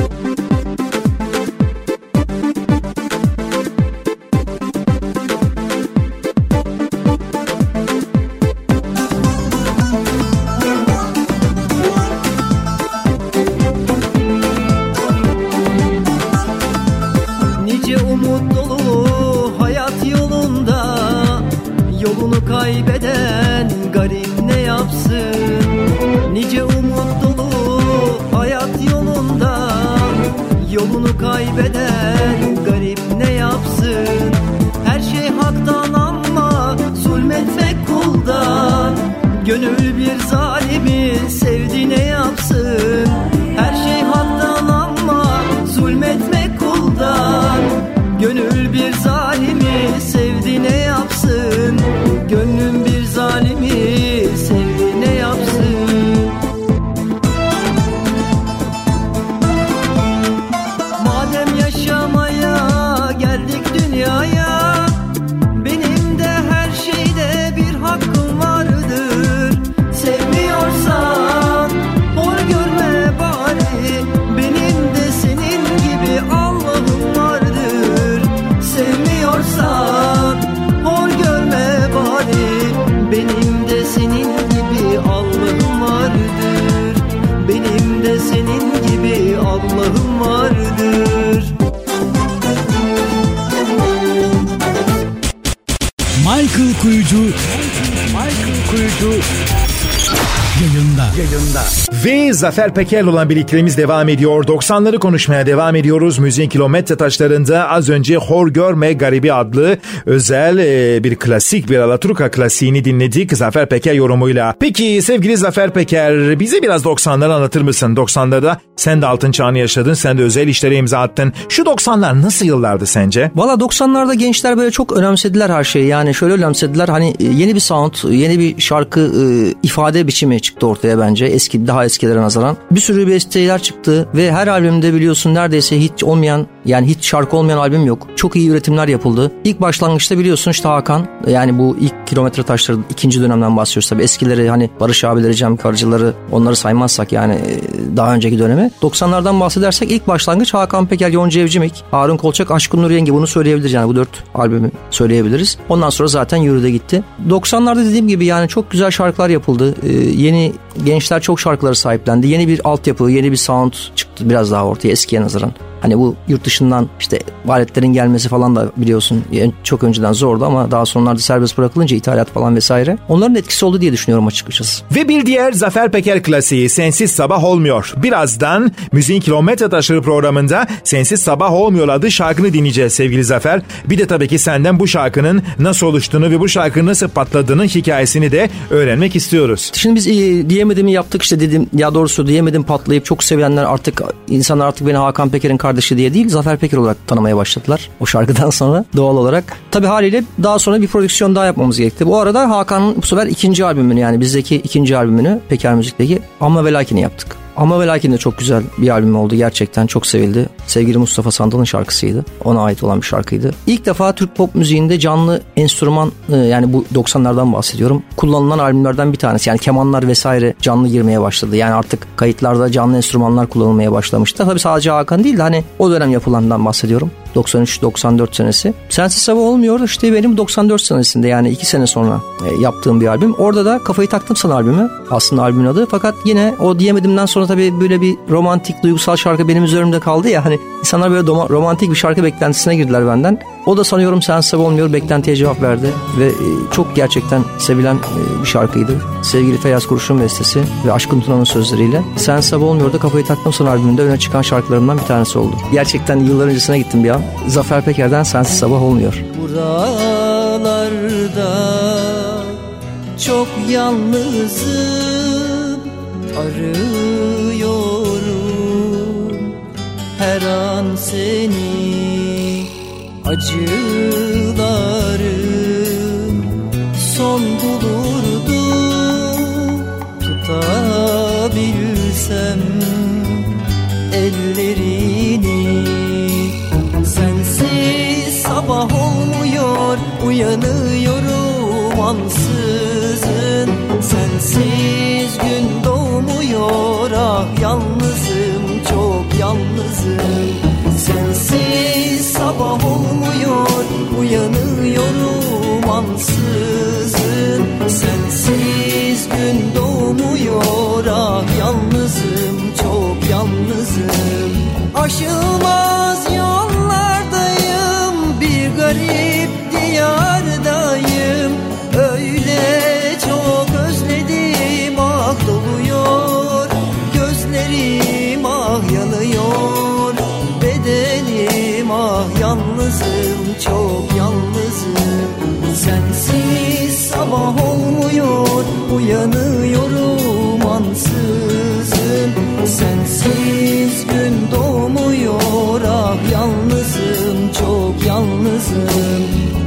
Nice umut dolu hayat yolunda, yolunu kaybeden garip ne yapsın? Nice umut dolu hayat yolunda, yolunu kaybeden garip ne yapsın? Her şey haktan ama zulmetmek kuldan. Gönül bir zalimi sevdi ne yapsın? Her şey haktan ama zulmetmek kuldan. Gönül bir zalimi sevdi ne yapsın? Gönlüm bir zalimi sevdi ne yapsın? Madem yaşamaya geldik dünyaya, benim de her şeyde bir hakkım vardır. Sevmiyor Michael Kuyucu Yayında. Ve Zafer Peker'le olan birlikteliğimiz devam ediyor. 90'ları konuşmaya devam ediyoruz. Müziğin kilometre taşlarında az önce Hor Görme Garibi adlı özel bir klasik, bir Alaturka klasiğini dinledik Zafer Peker yorumuyla. Peki sevgili Zafer Peker, bize biraz 90'ları anlatır mısın? 90'larda sen de altın çağını yaşadın, sen de özel işlere imza attın. Şu 90'lar nasıl yıllardı sence? Valla 90'larda gençler böyle çok önemsediler her şeyi. Yani şöyle önemsediler, hani yeni bir sound, yeni bir şarkı ifade biçimi çıktı ortaya bence. Daha eskilere nazaran. Bir sürü besteler çıktı ve her albümde biliyorsun neredeyse hiç olmayan, yani hiç şarkı olmayan albüm yok. Çok iyi üretimler yapıldı. İlk başlangıçta biliyorsun işte Hakan, yani bu ilk Kilometre Taşları ikinci dönemden bahsediyoruz tabii. Eskileri hani Barış abileri, Cem Karacıları, onları saymazsak yani daha önceki dönemi. 90'lardan bahsedersek ilk başlangıç Hakan Peker, Yonca Evcimik, Harun Kolçak, Aşkın Nur Yengi, bunu söyleyebiliriz yani, bu 4 albümü söyleyebiliriz. Ondan sonra zaten yürüde gitti. 90'larda dediğim gibi yani çok güzel şarkılar yapıldı. Yeni gençler çok şarkıları sahiplendi. Yeni bir altyapı, yeni bir sound çıktı biraz daha ortaya eskiye nazaran. Hani bu yurt dışından işte aletlerin gelmesi falan da biliyorsun çok önceden zordu ama daha sonralarda serbest bırakılınca ithalat falan vesaire. Onların etkisi oldu diye düşünüyorum açıkçası. Ve bir diğer Zafer Peker klasiği Sensiz Sabah Olmuyor. Birazdan Müziğin Kilometre Taşları programında Sensiz Sabah Olmuyor adlı şarkını dinleyeceğiz sevgili Zafer. Bir de tabii ki senden bu şarkının nasıl oluştuğunu ve bu şarkının nasıl patladığının hikayesini de öğrenmek istiyoruz. Şimdi biz diyemedimi yaptık işte, dedim ya, doğrusu diyemedim patlayıp çok sevenler artık, insanlar artık beni Hakan Peker'in kardeşi diye değil, Zafer Peker olarak tanımaya başladılar o şarkıdan sonra doğal olarak. Tabii haliyle daha sonra bir prodüksiyon daha yapmamız gerekti. Bu arada Hakan'ın bu sefer ikinci albümünü, yani bizdeki ikinci albümünü, Peker Müzik'teki Amma ve Lakin'i yaptık. Ama ve Lakin de çok güzel bir albüm oldu. Gerçekten çok sevildi. Sevgili Mustafa Sandal'ın şarkısıydı. Ona ait olan bir şarkıydı. İlk defa Türk pop müziğinde canlı enstrüman, yani bu 90'lardan bahsediyorum, kullanılan albümlerden bir tanesi. Yani kemanlar vesaire canlı girmeye başladı. Yani artık kayıtlarda canlı enstrümanlar kullanılmaya başlamıştı. Tabii sadece Hakan değil de hani o dönem yapılandan bahsediyorum. 93-94 senesi. Sensiz Sabah Olmuyor işte benim 94 senesinde, yani 2 sene sonra yaptığım bir albüm. Orada da Kafayı Taktım Sana albümü aslında albümün adı. Fakat yine o diyemedimden sonra tabii böyle bir romantik, duygusal şarkı benim üzerimde kaldı ya, hani insanlar böyle romantik bir şarkı beklentisine girdiler benden. O da sanıyorum Sensiz Sabah Olmuyor beklentiye cevap verdi ve çok gerçekten sevilen bir şarkıydı. Sevgili Feyyaz Kuruş'un bestesi ve Aşkın Tuna'nın sözleriyle Sensiz Sabah Olmuyor da Kafayı Taktım Sana albümünde öne çıkan şarkılarımdan bir tanesi oldu. Gerçekten yıllar öncesine gittim bir an. Zafer Peker'den Sensiz Sabah Olmuyor. Buralarda çok yalnızım, arıyorum her an seni, acılarım son bulurdu, tutabilsem ellerini. Sensiz sabah olmuyor, uyanıyorum ansızın. Sensiz gün doğmuyor, ah yalnızım, çok yalnızım. Sensiz sabah olmuyor, uyanıyorum ansızın. Sensiz gün doğmuyor, ah yalnızım, çok yalnızım. Aşılmaz yollardayım, bir garip diyardayım. Öyle çok özledim, ah doluyor gözlerim, ah yanıyor bedenim, ah yalnızım, çok yalnızım. Sensiz sabah olmuyor, uyanıyorum ansızın. Sensiz gün doğmuyor, ah yalnızım, çok yalnızım.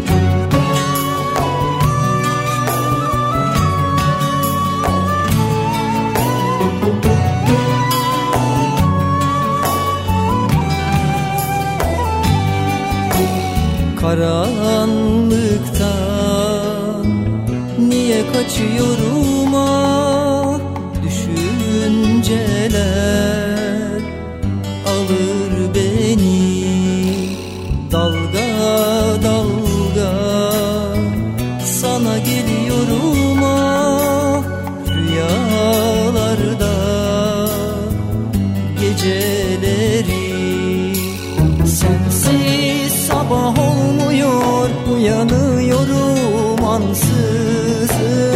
Karanlıkta niye kaçıyorum, ah düşünceler alır beni dalga dalga. Sana geliyorum, ah rüyalarda geceleri. Sensiz sabah olmuyor, uyanıyorum ansızın.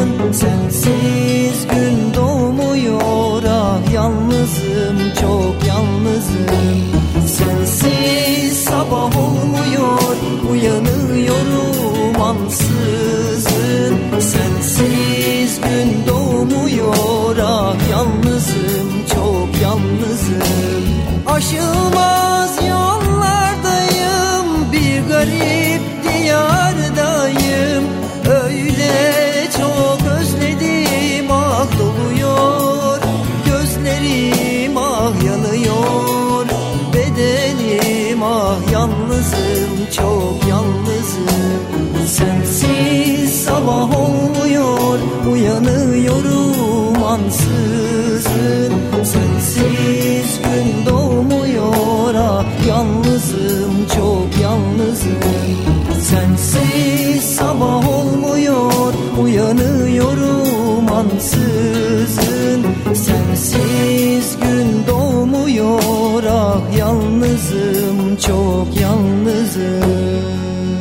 uyanıyorum ansızın. Sensiz gün doğmuyor, ah yalnızım, çok yalnızım. Sensiz sabah olmuyor, uyanıyorum ansızın. Sensiz gün doğmuyor, ah yalnızım, çok yalnızım.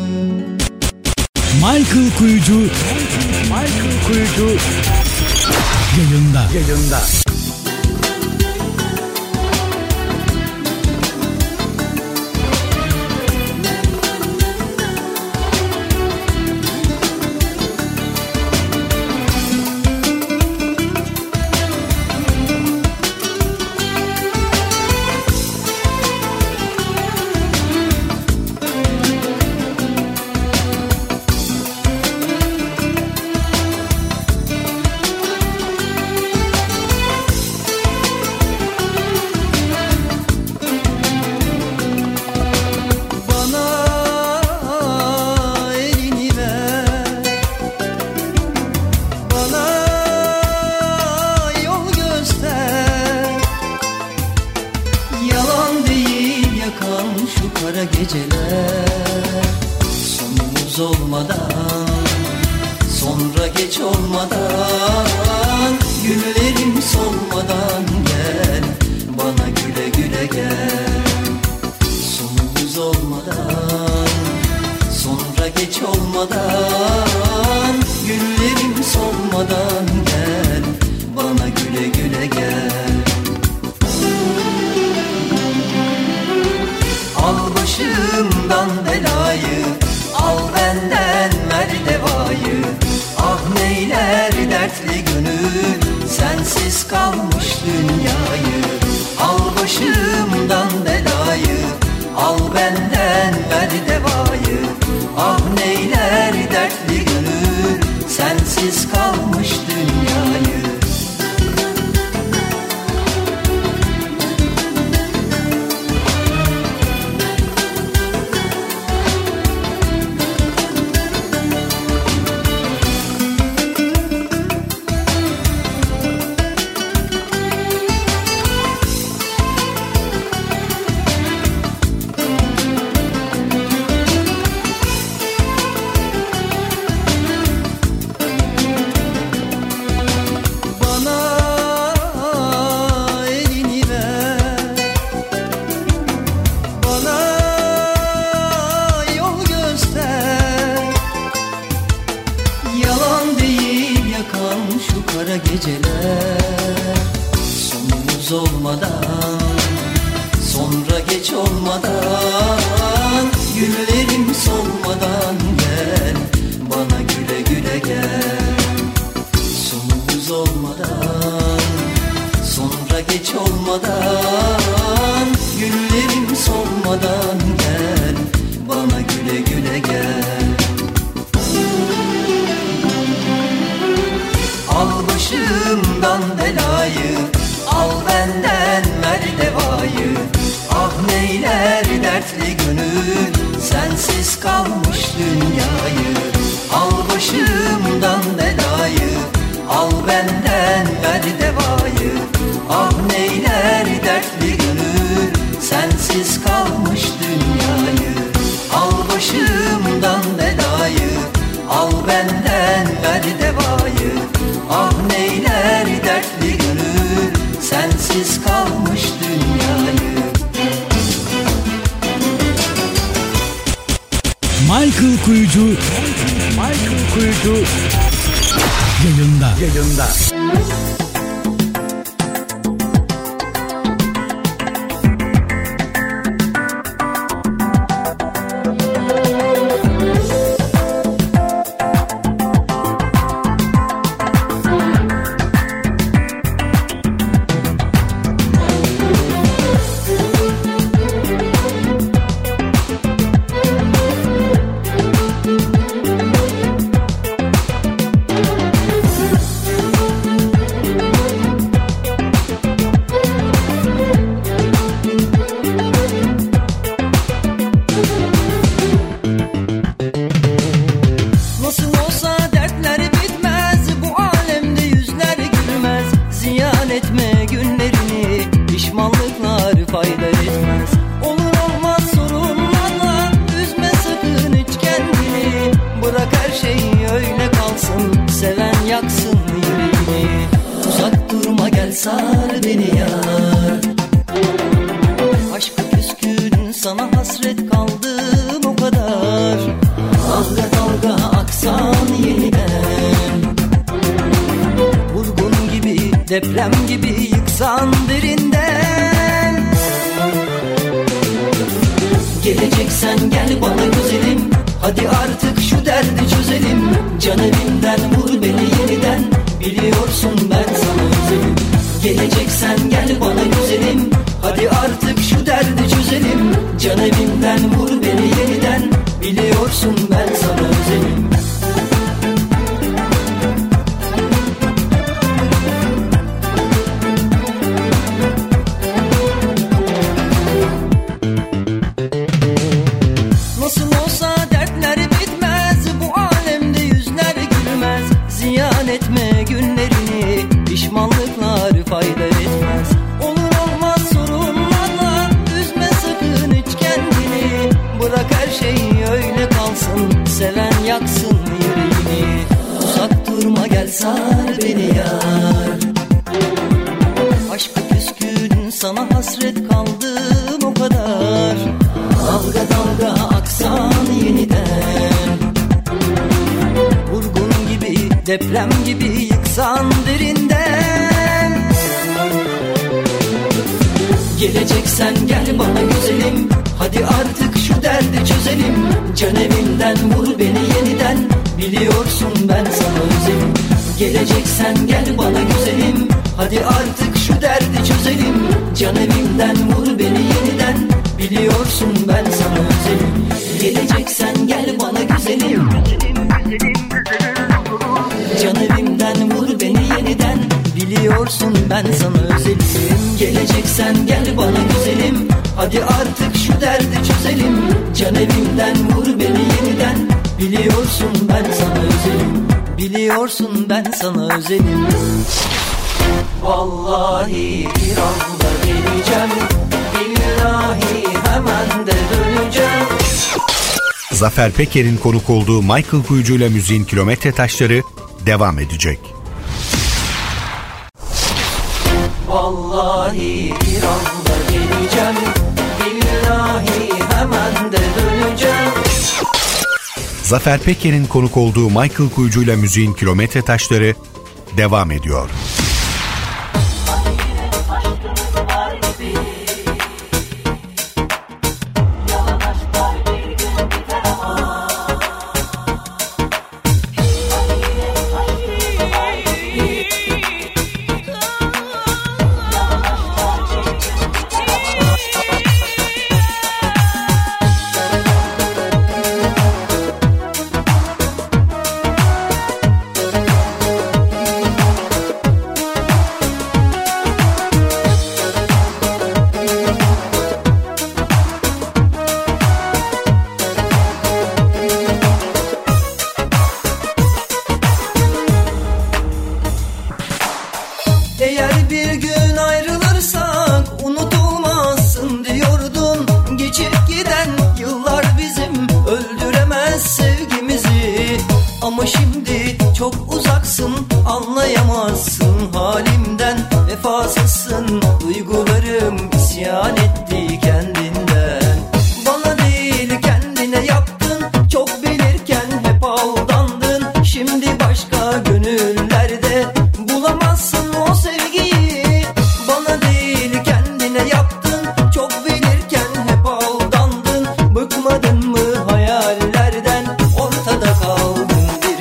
Michael Kuyucu yayında. Michael Kuyucu yayında. sar beni yar. Aşka küskün sana hasret kaldım o kadar. Dalga dalga aksan yeniden, vurgun gibi deprem gibi yıksan derinden. Geleceksen gel bana güzelim, hadi artık şu derdi çözelim. Can evimden vur beni yeniden, biliyorsun ben sana özelim. Geleceksen gel bana güzelim, hadi artık şu derdi çözelim. Can evimden vur beni yeniden, biliyorsun ben sana özelim. Nasıl olsa dertler bitmez, bu alemde yüzler gülmez. Ziyan etme günlerini, pişmanlıklar fayda etmez. Olur olmaz sorunlarla üzme sakın hiç kendini. Bırak her şey öyle kalsın, seven yaksın yüreğini. Uzak durma gel sar beni yar. Aşka küskün sana hasret kaldım o kadar. Dalga dalga aksan yeniden, vurgun gibi deprem gibi yıksan derinden. Geleceksen gel bana güzelim, hadi artık şu derdi çözelim. Can evimden vur beni yeniden, biliyorsun ben sana özelim. Geleceksen gel bana güzelim, hadi artık şu derdi çözelim. Can evimden vur beni yeniden, biliyorsun ben sana özelim. Geleceksen gel bana güzelim, can evimden vur beni yeniden, biliyorsun ben sana özelim. Geleceksen gel bana güzelim, hadi artık şu derdi çözelim. Can evimden vur beni yeniden, biliyorsun ben sana özelim. Biliyorsun ben sana özelim. Vallahi bir anda geleceğim, billahi hemen de döneceğim. Zafer Peker'in konuk olduğu Michael Kuyucu ile müziğin kilometre taşları devam edecek. Vallahi bir anda geleceğim, billahi hemen de döneceğim. Zafer Peker'in konuk olduğu Michael Kuyucu ile müziğin kilometre taşları devam ediyor. Ama şimdi çok uzaksın, anlayamazsın halimden. Vefasızsın, duygularım isyan etti kendinden. Bana değil kendine yaptın, çok bilirken hep aldandın. Şimdi başka gönüllerde bulamazsın o sevgiyi. Bana değil kendine yaptın, çok bilirken hep aldandın. Bıkmadın mı hayallerden, ortada kaldın.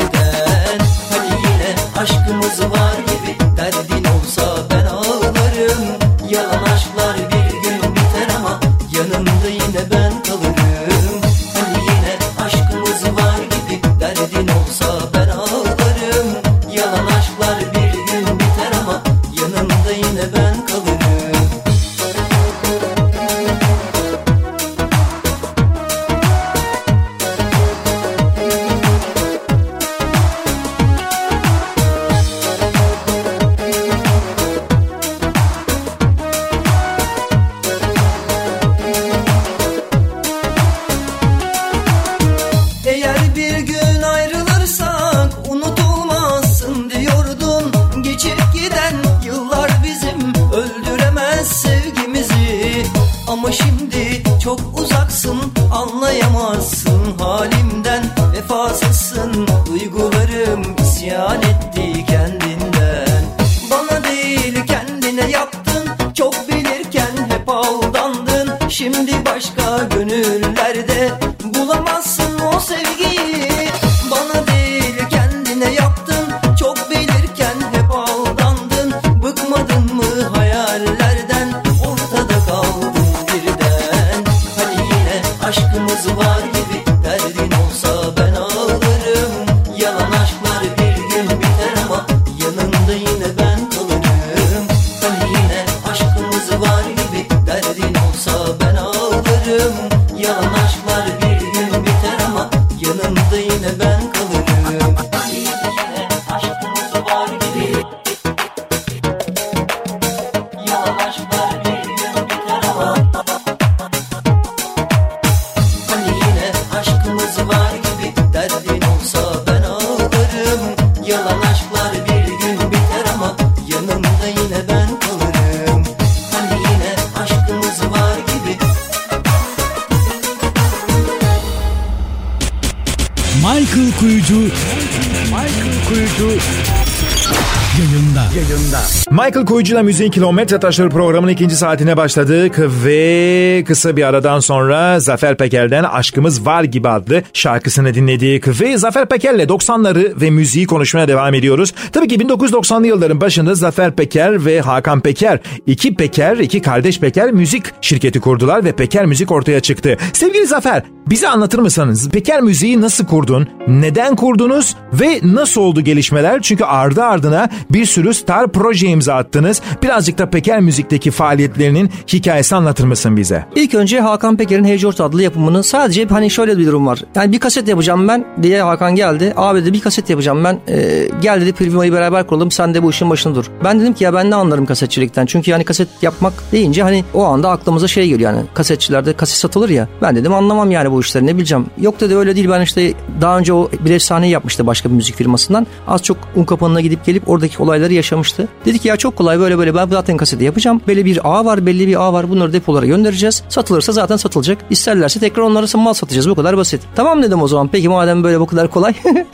Aşkımız var gibi derdin olsa ben ağlarım. Yalan aşklar bir gün biter ama yanımda yine ben kalırım. Hani yine aşkımız var gibi derdin olsa ben ağlarım. Yalan aşklar bir gün biter ama yanımda yine ben kalırım. Eğer bir gün ayrılırsak unutulmazsın diyordun. Ama şimdi çok uzaksın, anlayamazsın halimden. Vefasızsın, duygularım isyan etti kendinden. Bana değil kendine yaptın, çok bilirken hep aldandın. Şimdi başka gönüllerde bulamazsın o sevgiyi. Bana değil kendine yaptın, çok bilirken hep aldandın. Bıkmadın mı hayallerden, ortada kaldın birden. Hani yine aşkımız var gibi, derdin olsa ben ağlarım. Yalan aşklar bir gün biter ama yanında yine ben kalırım. Hani yine aşkımız var gibi, derdin olsa ben ağlarım. Yalan aşklar bir gün biter ama yanında yine ben kalırım. Hani yine aşkımız var gibi, yalan aşklar bir gün biter ama. Hani yine aşkımız var gibi, derdin olsa ben ağlarım. Yalan aşklar bir gün biter ama yanında yine ben kalırım. Hani yine aşkımız var gibi. Michael Kuyucu yayında. Michael Kuyucu'la Müziğin Kilometre Taşları programının ikinci saatine başladık ve kısa bir aradan sonra Zafer Peker'den Aşkımız Var Gibi adlı şarkısını dinledik ve Zafer Peker'le 90'ları ve müziği konuşmaya devam ediyoruz. Tabii ki 1990'lı yılların başında Zafer Peker ve Hakan Peker, iki kardeş Peker müzik şirketi kurdular ve Peker Müzik ortaya çıktı. Sevgili Zafer, bize anlatır mısınız? Peker Müziği nasıl kurdun? Neden kurdunuz? Ve nasıl oldu gelişmeler? Çünkü ardı ardına bir sürü star proje imza attınız. Birazcık da Peker Müzik'teki faaliyetlerinin hikayesini anlatır mısın bize? İlk önce Hakan Peker'in Hey George adlı yapımını sadece hani şöyle bir durum var. Yani bir kaset yapacağım ben diye Hakan geldi. Abi dedi bir kaset yapacağım ben. Gel dedi firmayı beraber kuralım, sen de bu işin başında dur. Ben dedim ki ya ben ne anlarım kasetçilikten. Çünkü yani kaset yapmak deyince hani o anda aklımıza şey geliyor yani. Kasetçilerde kaset satılır ya. Ben dedim anlamam yani bu işleri, ne bileceğim. Yok dedi öyle değil, ben işte daha önce o bir efsaneyi yapmıştı başka bir müzik firmasından. Az çok un kapanına gidip gelip oradaki olayları yaşamıştı. Dedi ki ya çok kolay böyle ben zaten kaseti yapacağım. Belli bir ağ var. Bunları depolara göndereceğiz. Satılırsa zaten satılacak. İsterlerse tekrar onlara mal satacağız. Bu kadar basit. Tamam dedim o zaman. Peki madem böyle bu kadar kolay.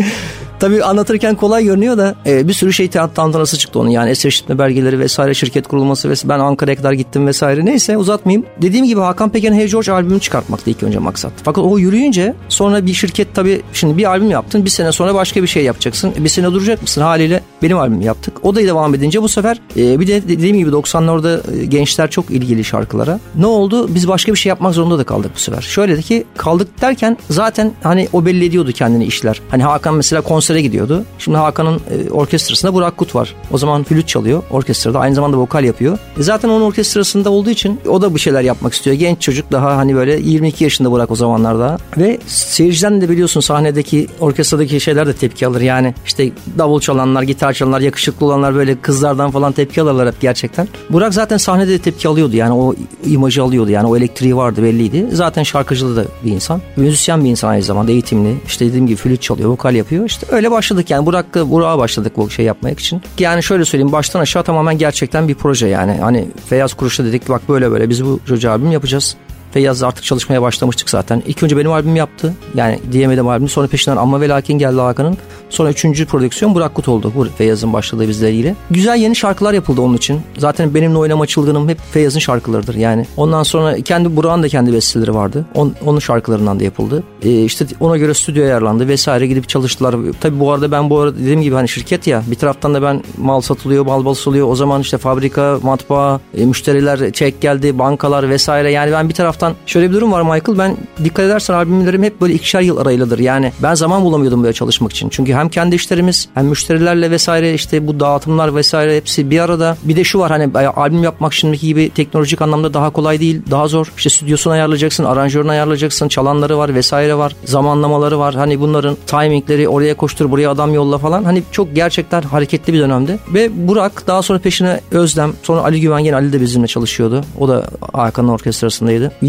Tabii anlatırken kolay görünüyor da bir sürü şey tantanası çıktı onun. Yani eser işletme belgeleri vesaire, şirket kurulması vesaire. Ben Ankara'ya kadar gittim vesaire. Neyse uzatmayayım. Dediğim gibi Hakan Peker'in Hey George albümünü çıkartmaktı ilk önce maksat. Fakat o yürüyünce sonra bir şirket tabii şimdi bir albüm yaptın. Bir sene sonra başka bir şey yapacaksın. Bir sene duracak mısın? Haliyle benim albümü yaptık. O da devam edince bu sefer bir de dediğim gibi 90'larda gençler çok ilgili şarkılara. Ne oldu? Biz başka bir şey yapmak zorunda da kaldık bu sefer. Şöyle ki kaldık derken zaten hani o belli ediyordu kendini işler. Hani Hakan mesela konsere gidiyordu. Şimdi Hakan'ın orkestrasında Burak Kut var. O zaman flüt çalıyor orkestrada. Aynı zamanda vokal yapıyor. Zaten onun orkestrasında olduğu için o da bir şeyler yapmak istiyor. Genç çocuk daha hani böyle 22 yaşında Burak o zamanlarda. Ve seyirciden de biliyorsun sahnedeki orkestradaki şeyler de tepki alır. Yani işte davul çalanlar, gitar çalanlar, yakışıklı olanlar böyle kızlardan falan tepki alırlar hep gerçekten. Burak zaten sahnede de tepki alıyordu. Yani o imajı alıyordu. Yani o elektriği vardı, belliydi. Zaten şarkıcılı da bir insan. Müzisyen bir insan aynı zamanda, eğitimli. İşte dediğim gibi flüt çalıyor, vokal yapıyor. İşte öyle başladık yani. Burak'a başladık bu şey yapmak için. Yani şöyle söyleyeyim, baştan aşağı tamamen gerçekten bir proje yani. Hani Feyyaz Kuruş'ta dedik bak böyle biz bu çocuğa albüm yapacağız. Feyyaz'la artık çalışmaya başlamıştık zaten. İlk önce benim albümü yaptı. Yani diyemedim albümü. Sonra peşinden Amma ve Lakin geldi Hakan'ın. Sonra 3. prodüksiyon Burak Kut oldu. Bu Feyyaz'ın başladığı bizleriyle. Güzel yeni şarkılar yapıldı onun için. Zaten benimle oynama çılgınım hep Feyyaz'ın şarkılarıdır yani. Ondan sonra Burak'ın da kendi besteleri vardı. Onun şarkılarından da yapıldı. İşte ona göre stüdyo ayarlandı vesaire, gidip çalıştılar. Tabii bu arada dediğim gibi hani şirket ya, bir taraftan da ben mal satılıyor, bal basılıyor. O zaman işte fabrika, matbaa, müşteriler, çek geldi, bankalar vesaire. Yani ben bir taraftan şöyle bir durum var Michael. Ben dikkat edersen albümlerim hep böyle 2'şer yıl arayladır. Yani ben zaman bulamıyordum böyle çalışmak için. Çünkü hem kendi işlerimiz hem müşterilerle vesaire, işte bu dağıtımlar vesaire hepsi bir arada. Bir de şu var, hani albüm yapmak şimdiki gibi teknolojik anlamda daha kolay değil, daha zor. İşte stüdyosunu ayarlayacaksın, aranjörünü ayarlayacaksın, çalanları var vesaire var, zamanlamaları var. Hani bunların timingleri, oraya koştur, buraya adam yolla falan. Hani çok gerçekten hareketli bir dönemdi. Ve Burak, daha sonra peşine Özlem, sonra Ali Güven, yine Ali de bizimle çalışıyordu. O da Hakan'ın orkestrasındaydı.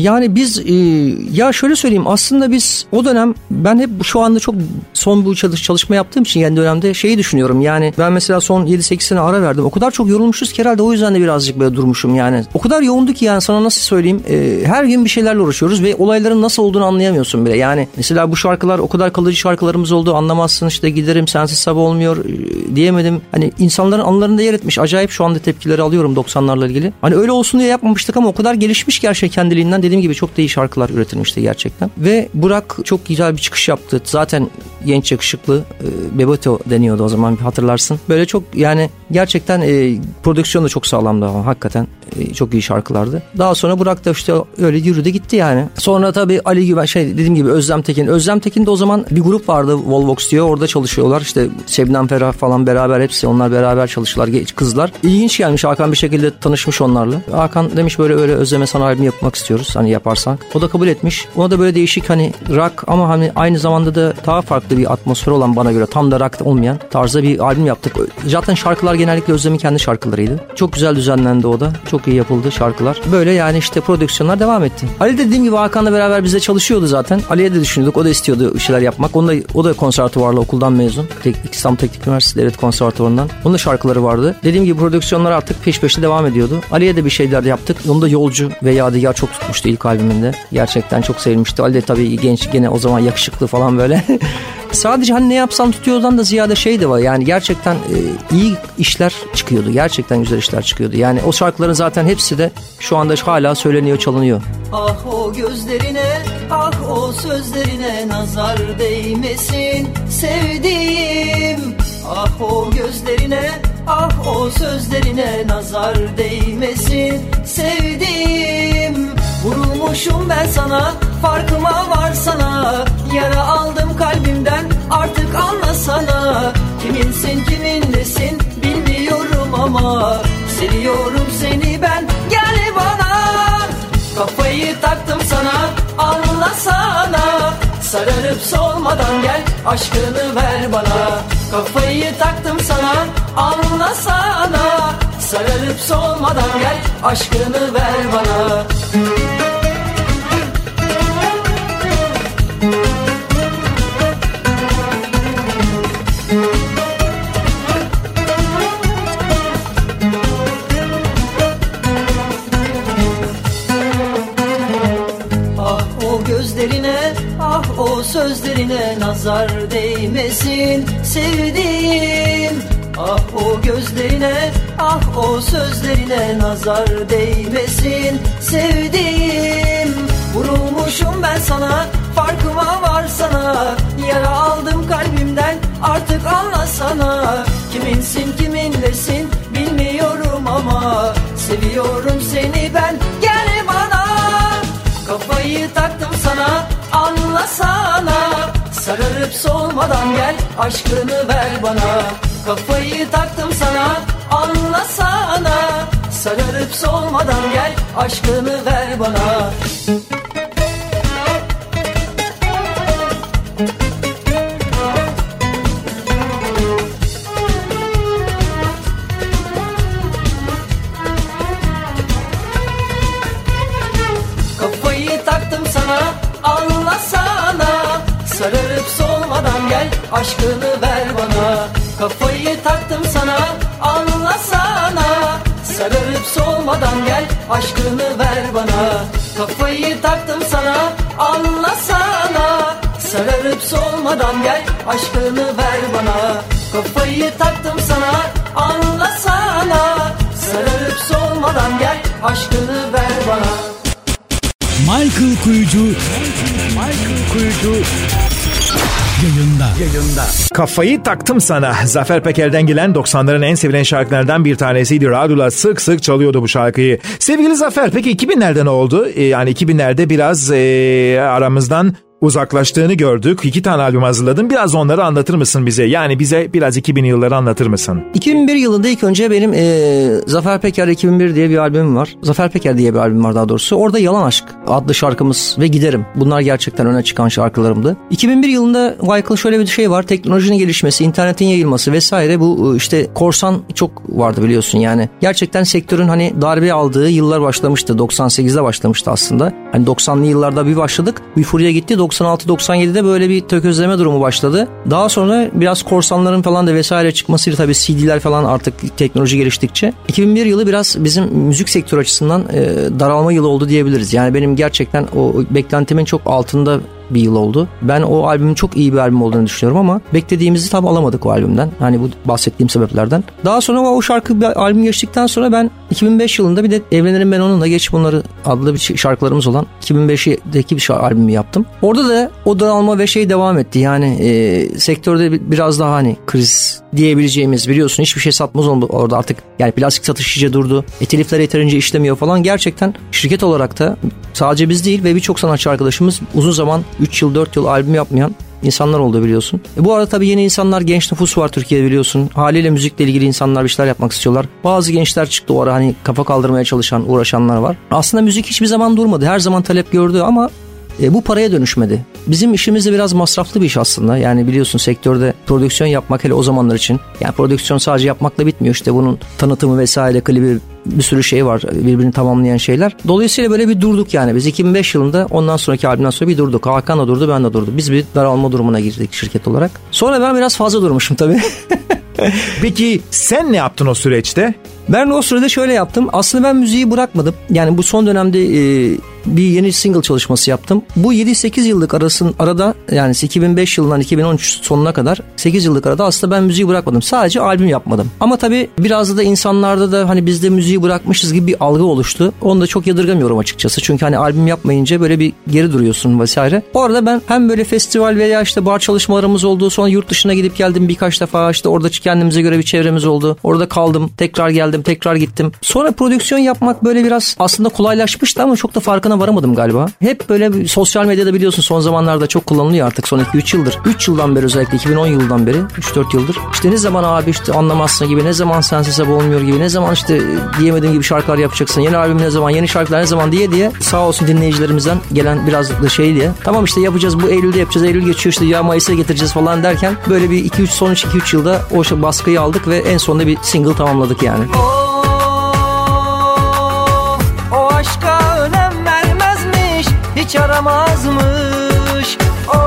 Yani biz ya şöyle söyleyeyim, aslında biz o dönem, ben hep şu anda çok son bu çalışma yaptığım için yeni dönemde şeyi düşünüyorum. Yani ben mesela son 7-8 sene ara verdim. O kadar çok yorulmuşuz ki herhalde o yüzden de birazcık böyle durmuşum yani. O kadar yoğundu ki yani, sana nasıl söyleyeyim, her gün bir şeylerle uğraşıyoruz ve olayların nasıl olduğunu anlayamıyorsun bile. Yani mesela bu şarkılar, o kadar kalıcı şarkılarımız oldu, anlamazsın işte, giderim sensiz sabah olmuyor diyemedim. Hani insanların anılarında yer etmiş. Acayip şu anda tepkileri alıyorum 90'larla ilgili. Hani öyle olsun diye yapmamıştık ama o kadar gelişmiş ki her şey kendiliğinden. Dediğim gibi çok da iyi şarkılar üretilmişti gerçekten. Ve Burak çok güzel bir çıkış yaptı. Zaten genç, yakışıklı, Bebeto deniyordu o zaman, hatırlarsın. Böyle çok yani gerçekten prodüksiyon da çok sağlamdı ama hakikaten çok iyi şarkılardı. Daha sonra Burak da işte öyle yürüdü gitti yani. Sonra tabii Ali gibi dediğim gibi Özlem Tekin de o zaman bir grup vardı, Volvox diyor, orada çalışıyorlar. İşte Şebnem Ferah falan beraber, hepsi onlar beraber çalışıyorlar, kızlar. İlginç gelmiş, Hakan bir şekilde tanışmış onlarla. Hakan demiş böyle Özlem'e sana albüm yapmak istiyoruz hani yaparsan. O da kabul etmiş. Ona da böyle değişik hani rock ama hani aynı zamanda da daha farklı bir atmosfer olan, bana göre tam da rock olmayan tarzda bir albüm yaptık. Zaten şarkılar genellikle Özlem'in kendi şarkılarıydı. Çok güzel düzenlendi o da. Çok iyi yapıldı şarkılar. Böyle yani işte prodüksiyonlar devam etti. Ali dediğim gibi Hakan'la beraber bizle çalışıyordu zaten. Ali'ye de düşünüyorduk. O da istiyordu bir şeyler yapmak. O da konservatuvarla okuldan mezun. İstanbul Teknik Üniversitesi Devlet Konservatuvarından. Onun da şarkıları vardı. Dediğim gibi prodüksiyonlar artık peş peşe devam ediyordu. Ali'ye de bir şeyler yaptık. Onun da Yolcu ve Yadigar çok tutmuştu ilk albümünde. Gerçekten çok sevilmişti. Ali de tabii genç, gene o zaman yakışıklı falan böyle. Sadece hani ne yapsam tutuyordan da ziyade şey de var. Yani gerçekten iyi işler çıkıyordu. Gerçekten güzel işler çıkıyordu. Yani o şarkıların zaten hepsi de şu anda hala söyleniyor, çalınıyor. Ah o gözlerine, ah o sözlerine nazar değmesin sevdiğim. Ah o gözlerine, ah o sözlerine nazar değmesin sevdiğim. Vurulmuşum ben sana, farkıma varsana. Yara aldım kalbimden, artık anlasana. Kiminsin kiminlesin bilmiyorum ama seviyorum seni ben, gel bana. Kafayı taktım sana, anlasana. Sararıp solmadan gel, aşkını ver bana. Kafayı taktım sana, anlasana. Sararıp solmadan gel, aşkını ver bana. Ah o sözlerine nazar değmesin sevdiğim. Ah o gözlerine, ah o sözlerine nazar değmesin sevdiğim. Vurulmuşum ben sana, farkıma varsana. Yara aldım kalbimden, artık anlasana. Kiminsin kiminlesin bilmiyorum ama seviyorum seni ben, gel bana. Kafayı taktım sana, anlasana. Sararıp solmadan gel, aşkını ver bana. Kafayı taktım sana, anlasana. Sararıp solmadan gel, aşkını ver bana. Kafayı taktım sana, anlasana. Sararıp solmadan gel, aşkını ver bana. Kafayı taktım sana, anlasana. Sararıp solmadan gel, aşkını ver bana. Kafayı taktım sana, anlasana. Sararıp solmadan gel, aşkını ver bana. Kafayı taktım sana, anlasana. Sararıp solmadan gel, aşkını ver bana. Michael Kuyucu yayında. Kafayı taktım sana. Zafer Peker'den gelen 90'ların en sevilen şarkılardan bir tanesiydi. Radyolar sık sık çalıyordu bu şarkıyı. Sevgili Zafer, peki 2000'lerde ne oldu? Yani 2000'lerde biraz aramızdan uzaklaştığını gördük. 2 tane albüm hazırladın. Biraz onları anlatır mısın bize? Yani bize biraz 2000 yılları anlatır mısın? 2001 yılında ilk önce benim Zafer Peker 2001 diye bir albümüm var. Zafer Peker diye bir albüm var daha doğrusu. Orada Yalan Aşk adlı şarkımız ve Giderim. Bunlar gerçekten öne çıkan şarkılarımdı. 2001 yılında Michael şöyle bir şey var. Teknolojinin gelişmesi, internetin yayılması vesaire, bu işte korsan çok vardı biliyorsun yani. Gerçekten sektörün hani darbe aldığı yıllar başlamıştı. 98'de başlamıştı aslında. Hani 90'lı yıllarda bir başladık. Bir furya gitti. 96-97'de böyle bir tökezleme durumu başladı. Daha sonra biraz korsanların falan da vesaire çıkmasıyla tabii CD'ler falan artık teknoloji geliştikçe. 2001 yılı biraz bizim müzik sektörü açısından daralma yılı oldu diyebiliriz. Yani benim gerçekten o beklentimin çok altında bir yıl oldu. Ben o albümün çok iyi bir albüm olduğunu düşünüyorum ama beklediğimizi tam alamadık o albümden. Hani bu bahsettiğim sebeplerden. Daha sonra o şarkı bir albüm geçtikten sonra ben 2005 yılında bir de Evlenirim Ben Onunla Geç Bunları adlı bir şarkılarımız olan 2005'deki bir albümü yaptım. Orada da o daralma ve şey devam etti. Yani sektörde biraz daha hani kriz diyebileceğimiz, biliyorsun hiçbir şey satmaz oldu orada artık. Yani plastik satış iyice durdu. Telifler yeterince işlemiyor falan. Gerçekten şirket olarak da sadece biz değil ve birçok sanatçı arkadaşımız uzun zaman 3 yıl 4 yıl albüm yapmayan insanlar oldu biliyorsun. Bu arada tabii yeni insanlar, genç nüfus var Türkiye'de biliyorsun. Haliyle müzikle ilgili insanlar bir şeyler yapmak istiyorlar. Bazı gençler çıktı o ara, hani kafa kaldırmaya çalışan, uğraşanlar var. Aslında müzik hiçbir zaman durmadı. Her zaman talep gördü ama bu paraya dönüşmedi. Bizim işimiz de biraz masraflı bir iş aslında. Yani biliyorsun sektörde prodüksiyon yapmak hele o zamanlar için. Yani prodüksiyon sadece yapmakla bitmiyor. İşte bunun tanıtımı vesaire, klibi, bir sürü şey var birbirini tamamlayan şeyler. Dolayısıyla böyle bir durduk yani. Biz 2005 yılında ondan sonraki albümden sonra bir durduk. Hakan da durdu, ben de durdu. Biz bir daralma durumuna girdik şirket olarak. Sonra ben biraz fazla durmuşum tabii. Peki sen ne yaptın o süreçte? Ben o sürede şöyle yaptım. Aslında ben müziği bırakmadım. Yani bu son dönemde bir yeni single çalışması yaptım. Bu 7-8 yıllık arada, yani 2005 yılından 2013 sonuna kadar 8 yıllık arada aslında ben müziği bırakmadım. Sadece albüm yapmadım. Ama tabii biraz da insanlarda da hani biz de müziği bırakmışız gibi bir algı oluştu. Onu da çok yadırgamıyorum açıkçası. Çünkü hani albüm yapmayınca böyle bir geri duruyorsun vesaire. Bu arada ben hem böyle festival veya işte bar çalışmalarımız oldu. Sonra yurt dışına gidip geldim birkaç defa. İşte orada kendimize göre bir çevremiz oldu. Orada kaldım. Tekrar geldim. Tekrar gittim. Sonra prodüksiyon yapmak böyle biraz aslında kolaylaşmıştı ama çok da farkına varamadım galiba. Hep böyle sosyal medyada biliyorsun son zamanlarda çok kullanılıyor artık son 2-3 yıldır. 3 yıldan beri, özellikle 2010 yılından beri 3-4 yıldır. İşte ne zaman abi işte anlamazsın gibi, ne zaman sensiz hesap olmuyor gibi, ne zaman işte diyemediğin gibi şarkılar yapacaksın, yeni albüm ne zaman, yeni şarkılar ne zaman diye sağ olsun dinleyicilerimizden gelen biraz da şey diye. Tamam işte yapacağız, bu Eylül'de yapacağız, Eylül geçiyor işte ya Mayıs'a getireceğiz falan derken böyle bir 2-3 yılda o baskıyı aldık ve en sonunda bir single tamamladık yani. Hiç aramazmış.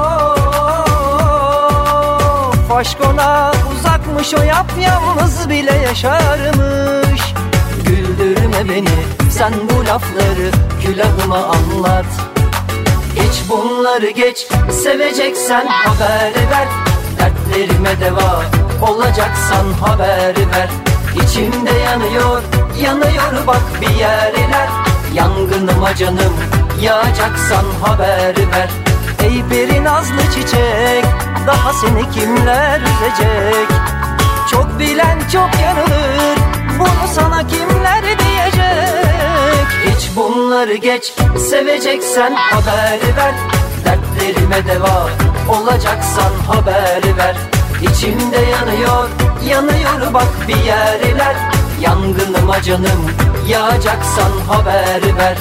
Aşk ona uzakmış, o yapyalnız bile yaşarmış. Güldürme beni sen bu lafları, külahıma anlat. Geç bunları geç, seveceksen haber ver. Dertlerime deva olacaksan haber ver. İçimde yanıyor bak bir yerler. Yangınıma canım yağacaksan haber ver. Ey peri nazlı çiçek, daha seni kimler üzecek? Çok bilen çok yanılır, bunu sana kimler diyecek? Hiç bunları geç, seveceksen haber ver. Dertlerime deva olacaksan haber ver. İçimde yanıyor bak bir yerler. Yangınıma canım yağacaksan haber ver.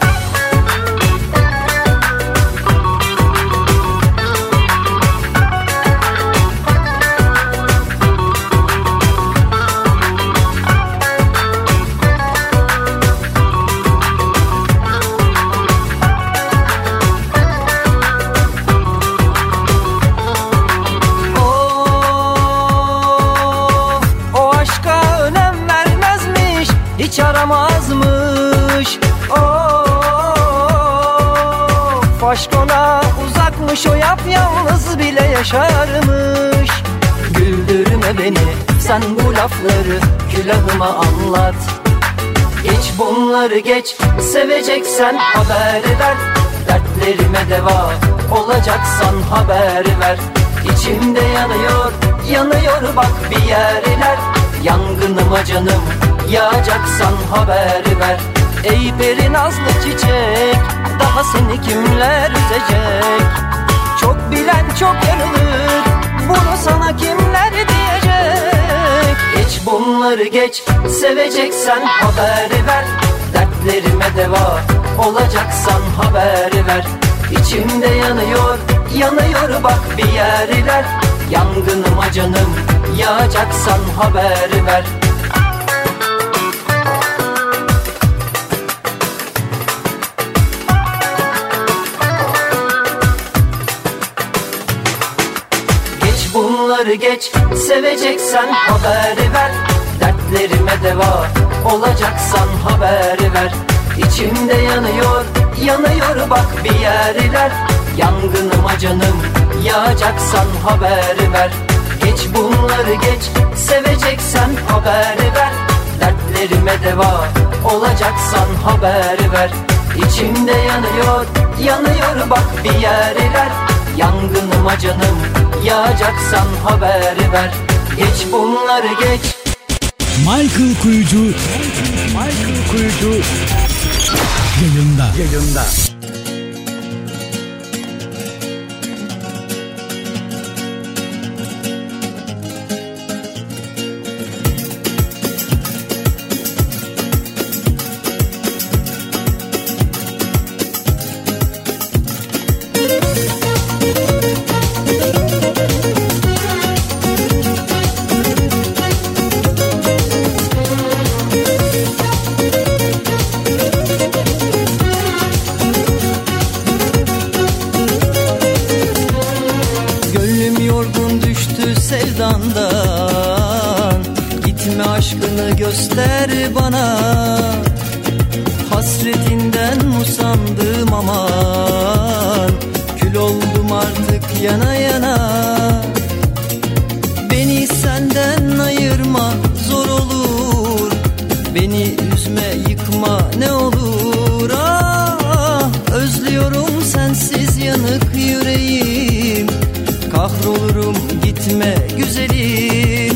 Hiç aramazmış. Aşk ona uzakmış, o yapyalnız bile yaşarmış. Güldürme beni sen bu lafları, külahıma anlat. Geç bunları geç, seveceksen haber ver. Dertlerime deva olacaksan haber ver. İçimde yanıyor bak bir yerler. Yangınıma canım yağacaksan haber ver. Ey peri nazlı çiçek, daha seni kimler üzecek? bilen çok yarılır. Bunu sana kimler diyecek? Geç bunları geç, seveceksen haber ver. Dertlerime deva olacaksan haber ver. İçimde yanıyor, yanıyor bak bir yerler. Yangınıma canım yağacaksan haber ver. Geç bunları geç, seveceksen haber ver. Dertlerime deva olacaksan haber ver. İçimde yanıyor, yanıyor bak bir yerler. Yangınıma canım yağacaksan haber ver. Geç bunları geç, seveceksen haber ver. Dertlerime deva olacaksan haber ver. İçimde yanıyor, yanıyor bak bir yerler. Yangınıma canım yağacaksan haber ver. Geç bunları geç. Michael Kuyucu yayında. Göster bana, hasretinden usandım aman. Kül oldum artık yana yana. Beni senden ayırma, zor olur. Beni üzme, yıkma ne olur. Ah, özlüyorum sensiz yanık yüreğim. Kahrolurum gitme güzelim.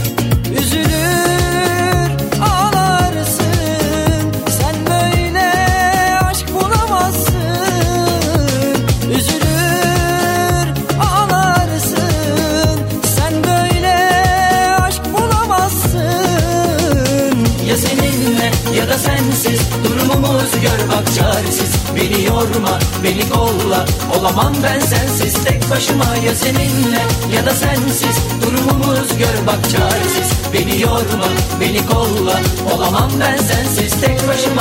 Ya da sensiz durumumuz gör bak çaresiz. Beni yorma, beni kolla, olamam ben sensiz tek başıma. Ya seninle ya da sensiz durumumuz gör bak çaresiz. Beni yorma, beni kolla, olamam ben sensiz tek başıma.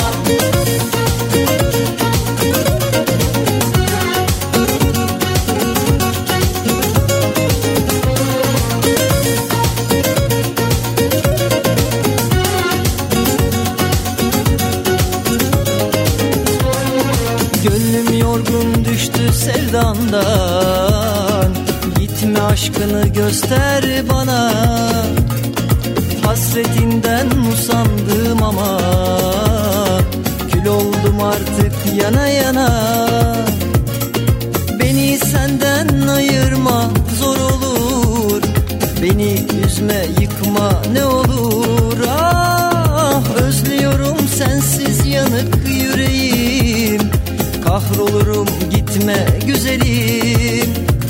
Sevdandan gitme, aşkını göster bana. Hasretinden usandım ama kül oldum artık yana yana. Beni senden ayırma, zor olur. Beni üzme, yıkma ne olur. Ah, özlüyorum sensiz yanık yüreğim. Kahrolurum gitme güzelim.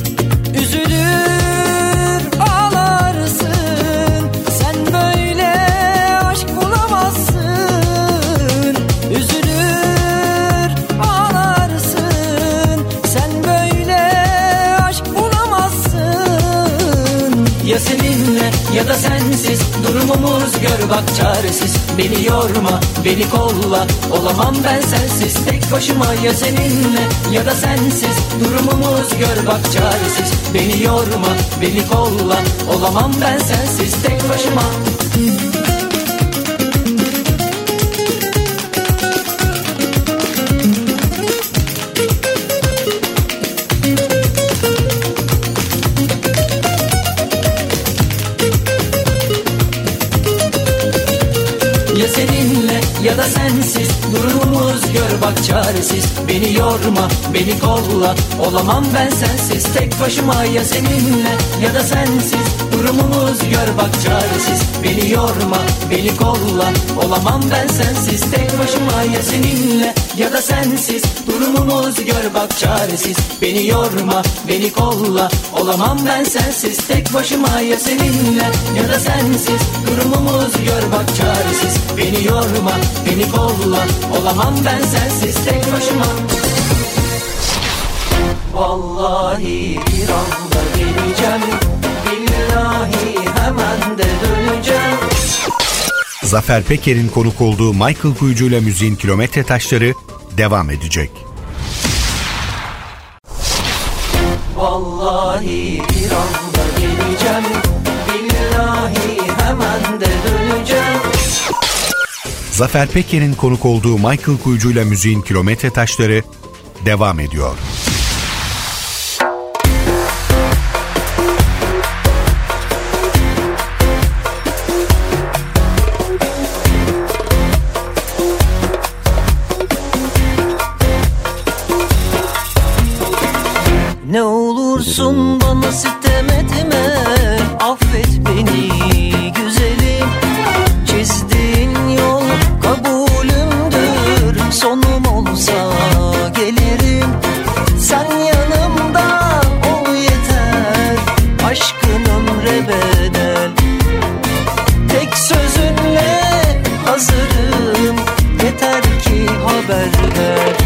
Üzülür ağlarsın, sen böyle aşk bulamazsın. Üzülür ağlarsın, sen böyle aşk bulamazsın. Ya seninle ya da sensiz durumumuz gör bak çaresiz. Beni yorma, beni kolla, olamam ben sensiz tek başıma. Ya seninle ya da sensiz durumumuz gör bak çaresiz. Beni yorma, beni kolla, olamam ben sensiz tek başıma. ya seninle ya da sensiz. Durumumuz gör bak çaresiz. Beni yorma, beni kolla, olamam ben sensiz. Tek başıma ya seninle ya da sensiz. Durumumuz gör bak çaresiz. Beni yorma, beni kolla, olamam ben sensiz. Tek başıma ya seninle ya da sensiz. Durumumuz gör bak çaresiz. Beni yorma, beni kolla, olamam ben sensiz. Tek başıma ya seninle ya da sensiz. Durumumuz gör bak çaresiz. Beni yorma, beni kolla, olamam ben sensiz. Tek başıma. Vallahi bir anda geleceğim, billahi hemen de döneceğim. Zafer Peker'in konuk olduğu Michael Kuyucu ile müziğin kilometre taşları devam edecek. Vallahi bir anda geleceğim, billahi hemen de döneceğim. Zafer Peker'in konuk olduğu Michael Kuyucu ile müziğin kilometre taşları devam ediyor. Ne olursun bana sitem etme, affet beni güzelim. Çizdiğin yol kabulümdür, sonum olsa gelirim. Sen yanımda ol yeter, aşkın ömre bedel. Tek sözünle hazırım, yeter ki haber ver.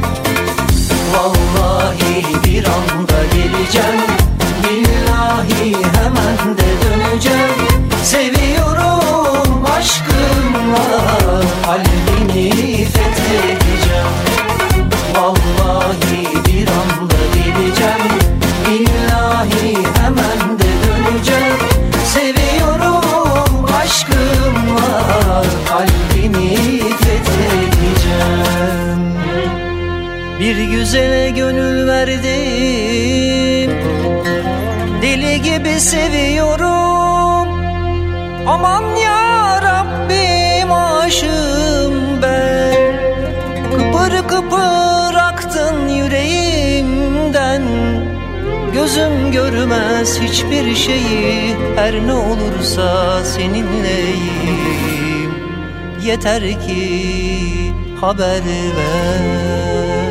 Vallahi bir anda geleceğim, billahi hemen de döneceğim. Seviyorum aşkımla, kalbini fethedeceğim. Vallahi bir anda geleceğim, billahi hemen de döneceğim. Seviyorum aşkımla, kalbini fethedeceğim. Bir güzele gönül verdim, deli gibi seviyorum. Aman ya Rabbim, aşığım ben. Kıpır kıpır aktın yüreğimden. Gözüm görmez hiçbir şeyi, her ne olursa seninleyim. Yeter ki haber ver.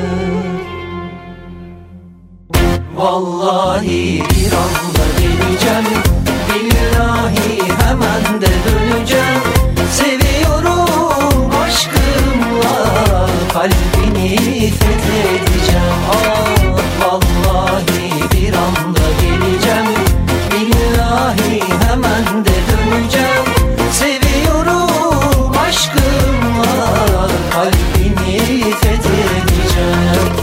Vallahi bir anda geleceğim, billahi hemen de döneceğim. Seviyorum aşkımla, kalbini fethedeceğim. Ah vallahi bir anda geleceğim, billahi hemen de döneceğim. Seviyorum aşkımla, kalbini fethedeceğim.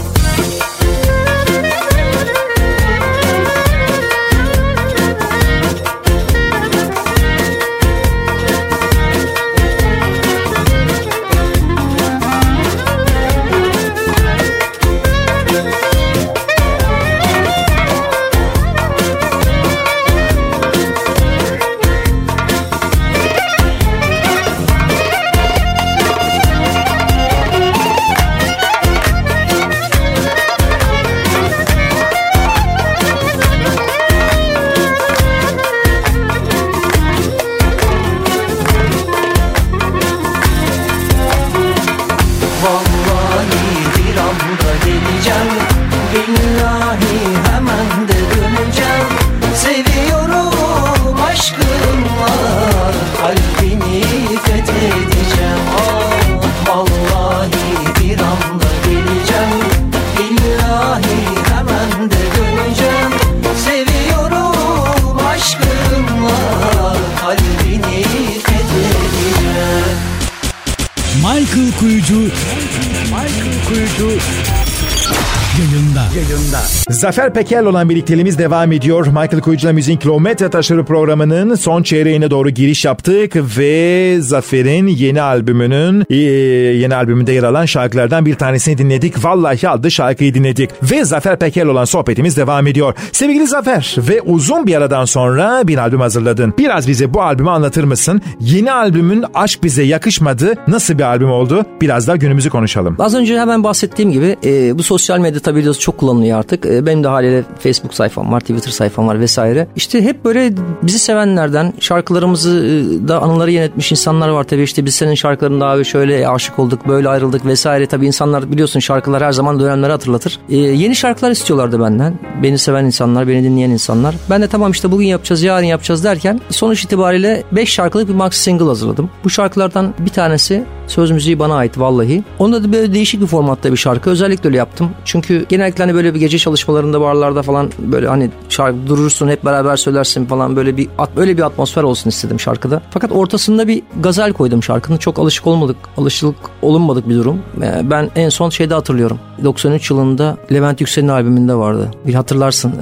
Yayında. Zafer Peker'le olan birlikteliğimiz devam ediyor. Michael Kuyucu'la Müziğin Kilometre Taşları programının son çeyreğine doğru giriş yaptık ve Zafer'in yeni albümünde yer alan şarkılardan bir tanesini dinledik. Vallahi adlı şarkıyı dinledik ve Zafer Peker'le olan sohbetimiz devam ediyor. Sevgili Zafer, ve uzun bir aradan sonra bir albüm hazırladın. Biraz bize bu albümü anlatır mısın? Yeni albümün Aşk Bize Yakışmadı nasıl bir albüm oldu? Biraz daha günümüzü konuşalım. Az önce hemen bahsettiğim gibi bu sosyal medya tabii biliyorsunuz çok kullanılıyor artık. Benim de haliyle Facebook sayfam var, Twitter sayfam var vesaire. İşte hep böyle bizi sevenlerden, şarkılarımızı da anıları yönetmiş insanlar var tabii. İşte biz senin şarkılarında abi şöyle aşık olduk, böyle ayrıldık vesaire. Tabii insanlar biliyorsun şarkılar her zaman dönemleri hatırlatır. Yeni şarkılar istiyorlardı benden. Beni seven insanlar, beni dinleyen insanlar. Ben de tamam işte bugün yapacağız, yarın yapacağız derken sonuç itibariyle 5 şarkılık bir maxi single hazırladım. Bu şarkılardan bir tanesi söz müziği bana ait vallahi. Onda da böyle değişik bir formatta bir şarkı. Özellikle öyle yaptım. Çünkü genellikle hani böyle bir gece çalışmalarında, barlarda falan böyle hani şarkı durursun, hep beraber söylersin falan, böyle bir atmosfer olsun istedim şarkıda. Fakat ortasında bir gazel koydum şarkının. Çok alışık olunmadık bir durum. Ben en son şeyde hatırlıyorum. 93 yılında Levent Yüksel'in albümünde vardı. Bir hatırlarsın.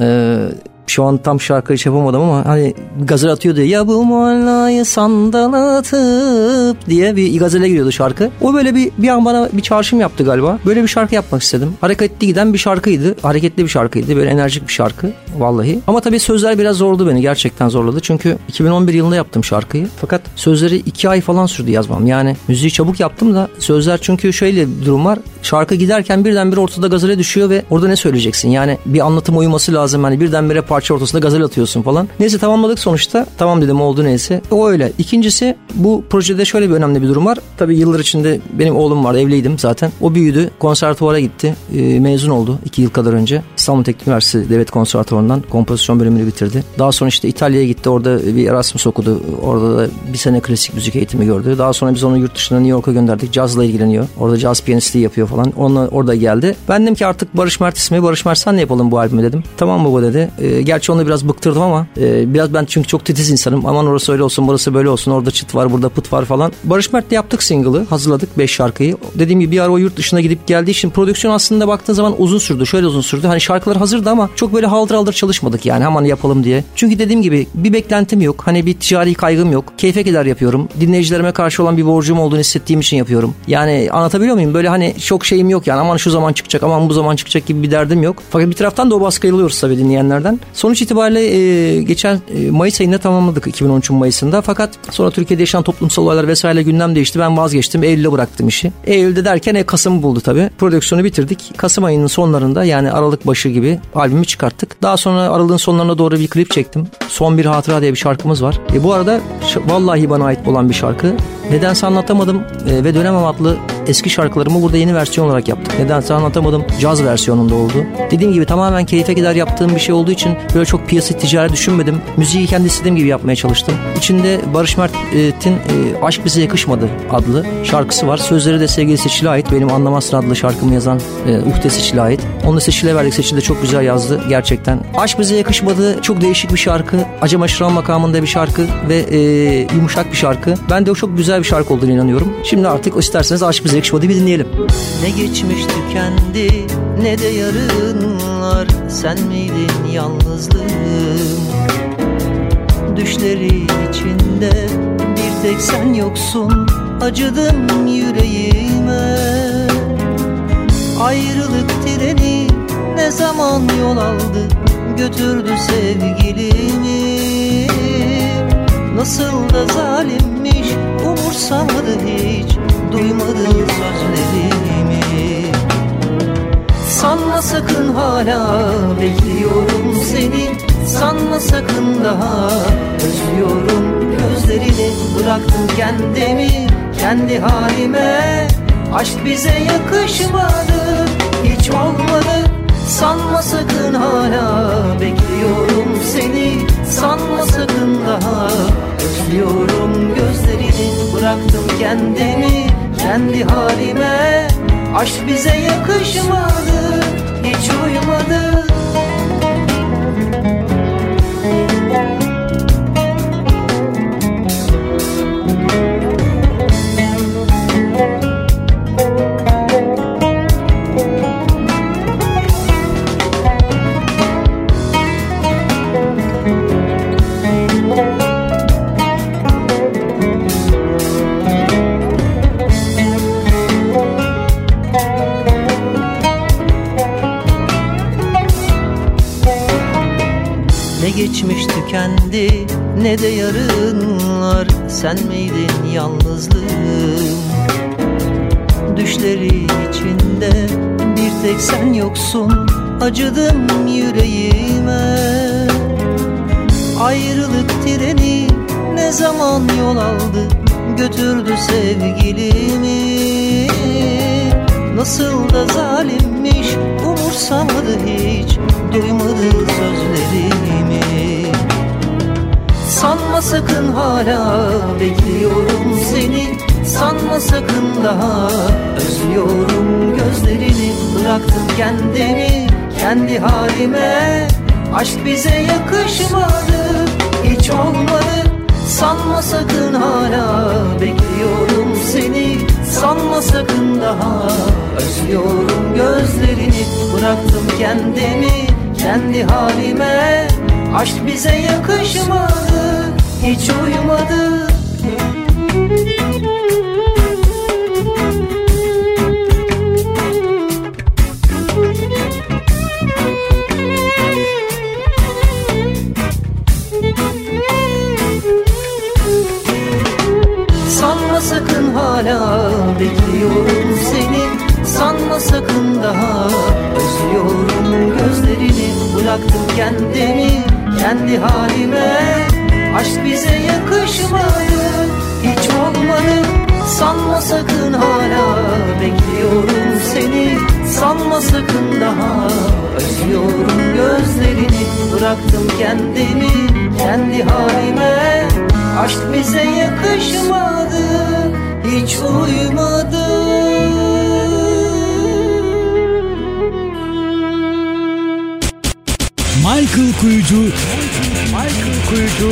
Şu an tam şarkıyı yapamadım ama hani gazel atıyor diye, ya bu muallayı sandal atıp diye bir gazele giriyordu şarkı. O böyle bir an bana bir çağrışım yaptı galiba. Böyle bir şarkı yapmak istedim. Hareketli giden bir şarkıydı. Hareketli bir şarkıydı. Böyle enerjik bir şarkı vallahi. Ama tabii sözler biraz zordu beni. Gerçekten zorladı. Çünkü 2011 yılında yaptım şarkıyı. Fakat sözleri 2 ay falan sürdü yazmam. Yani müziği çabuk yaptım da sözler, çünkü şöyle bir durum var. Şarkı giderken birdenbire ortada gazele düşüyor ve orada ne söyleyeceksin? Yani bir anlatım uyuması lazım. Hani birdenbire parça ortasında gazel atıyorsun falan. Neyse tamamladık sonuçta. Tamam dedim, oldu neyse. O öyle. İkincisi, bu projede şöyle bir önemli bir durum var. Tabii yıllar içinde benim oğlum vardı. Evliydim zaten. O büyüdü. Konservatuvara gitti. Mezun oldu 2 yıl kadar önce. İstanbul Teknik Üniversitesi Devlet Konservatuvarı'ndan kompozisyon bölümünü bitirdi. Daha sonra işte İtalya'ya gitti. Orada bir Erasmus okudu. Orada da bir sene klasik müzik eğitimi gördü. Daha sonra biz onu yurt dışına, New York'a gönderdik. Cazla ilgileniyor. Orada caz piyanistliği yapıyor falan. Onunla orada geldi. Ben dedim ki artık Barış Mert ismi. Barış Mert senle yapalım bu albümü dedim. Tamam baba dedi. Gerçi onu biraz bıktırdım ama biraz ben çünkü çok titiz insanım. Aman orası öyle olsun, burası böyle olsun. Orada çıt var, burada pıt var falan. Barış Mert'le yaptık single'ı. Hazırladık 5 şarkıyı. Dediğim gibi bir ara o yurt dışına gidip geldiği için prodüksiyon aslında baktığın zaman uzun sürdü. Şöyle uzun sürdü. Hani şarkılar hazırdı ama çok böyle haldır haldır çalışmadık yani. Hemen yapalım diye. Çünkü dediğim gibi bir beklentim yok. Hani bir ticari kaygım yok. Keyfe gider yapıyorum. Dinleyicilerime karşı olan bir borcum olduğunu hissettiğim için yapıyorum. Yani anlatabiliyor muyum? Böyle hani çok şeyim yok yani. Aman şu zaman çıkacak, aman bu zaman çıkacak gibi bir derdim yok. Fakat bir taraftan da o baskıyı alıyoruz tabii dinleyenlerden. Sonuç itibariyle geçen Mayıs ayında tamamladık, 2013 Mayıs'ında. Fakat sonra Türkiye'de yaşanan toplumsal olaylar vesaire gündem değişti. Ben vazgeçtim. Eylül'de bıraktım işi. Eylül'de derken Kasım buldu tabii. Prodüksiyonu bitirdik. Kasım ayının sonlarında, yani Aralık başı gibi albümü çıkarttık. Daha sonra Aralık'ın sonlarına doğru bir klip çektim. Son Bir Hatıra diye bir şarkımız var. Bu arada vallahi bana ait olan bir şarkı. Nedense Anlatamadım ve Dönemem adlı eski şarkılarımı burada yeni versiyon olarak yaptık. Nedense Anlatamadım caz versiyonunda oldu. Dediğim gibi tamamen keyfe gider yaptığım bir şey olduğu için böyle çok piyasa ticari düşünmedim. Müziği kendi istediğim gibi yapmaya çalıştım. İçinde Barış Mert'in Aşk Bize Yakışmadı adlı şarkısı var. Sözleri de sevgili Seçil'e ait. Benim Anlamazsın adlı şarkımı yazan Uhde Seçil'e ait. Onu da Seçil'e verdik. Seçil de çok güzel yazdı gerçekten. Aşk Bize Yakışmadı çok değişik bir şarkı. Acem Aşıran makamında bir şarkı ve yumuşak bir şarkı. Ben de o çok güzel bir şarkı olduğunu inanıyorum. Şimdi artık isterseniz Aşk Bize Yakışmadı bir dinleyelim. Ne geçmiş tükendi ne de yarınlar, sen miydin yalnızlığım? Düşleri içinde bir tek sen yoksun, acıdım yüreğime. Ayrılık treni ne zaman yol aldı, götürdü sevgilimi. Nasıl da zalimmiş, umursamadı hiç, duymadı sözlerimi. Sanma sakın hala bekliyorum seni, sanma sakın daha özlüyorum gözlerini. Bıraktım kendimi kendi halime, aşk bize yakışmadı, hiç olmadı. Sanma sakın hala bekliyorum seni, sanma sakın daha özlüyorum gözlerini. Bıraktım kendimi kendi halime, aşk bize yakışmadı, hiç uymadı. tükendi ne de yarınlar. Sen miydin yalnızlığım? Düşleri içinde bir tek sen yoksun, acıdım yüreğime. Ayrılık treni ne zaman yol aldı, götürdü sevgilimi. Nasıl da zalimmiş, umursamadı hiç, duymadı sözlerimi. Sanma sakın hala bekliyorum seni, sanma sakın daha özlüyorum gözlerini. Bıraktım kendini kendi halime, aşk bize yakışmadı, hiç olmadı. Sanma sakın hala bekliyorum seni, sanma sakın daha özlüyorum gözlerini. Bıraktım kendimi kendi halime, aşk bize yakışmadı, hiç uymadı. Sanma sakın hala bekliyorum seni, sanma sakın daha özlüyorum gözlerini. Bıraktım kendimi kendi halime, aşk bize yakışmadı, hiç olmadı. Sanma sakın hala bekliyorum seni, sanma sakın daha özlüyorum gözlerini. Bıraktım kendimi kendi halime, aşk bize yakışmadı, hiç uymadı. Michael Kuyucu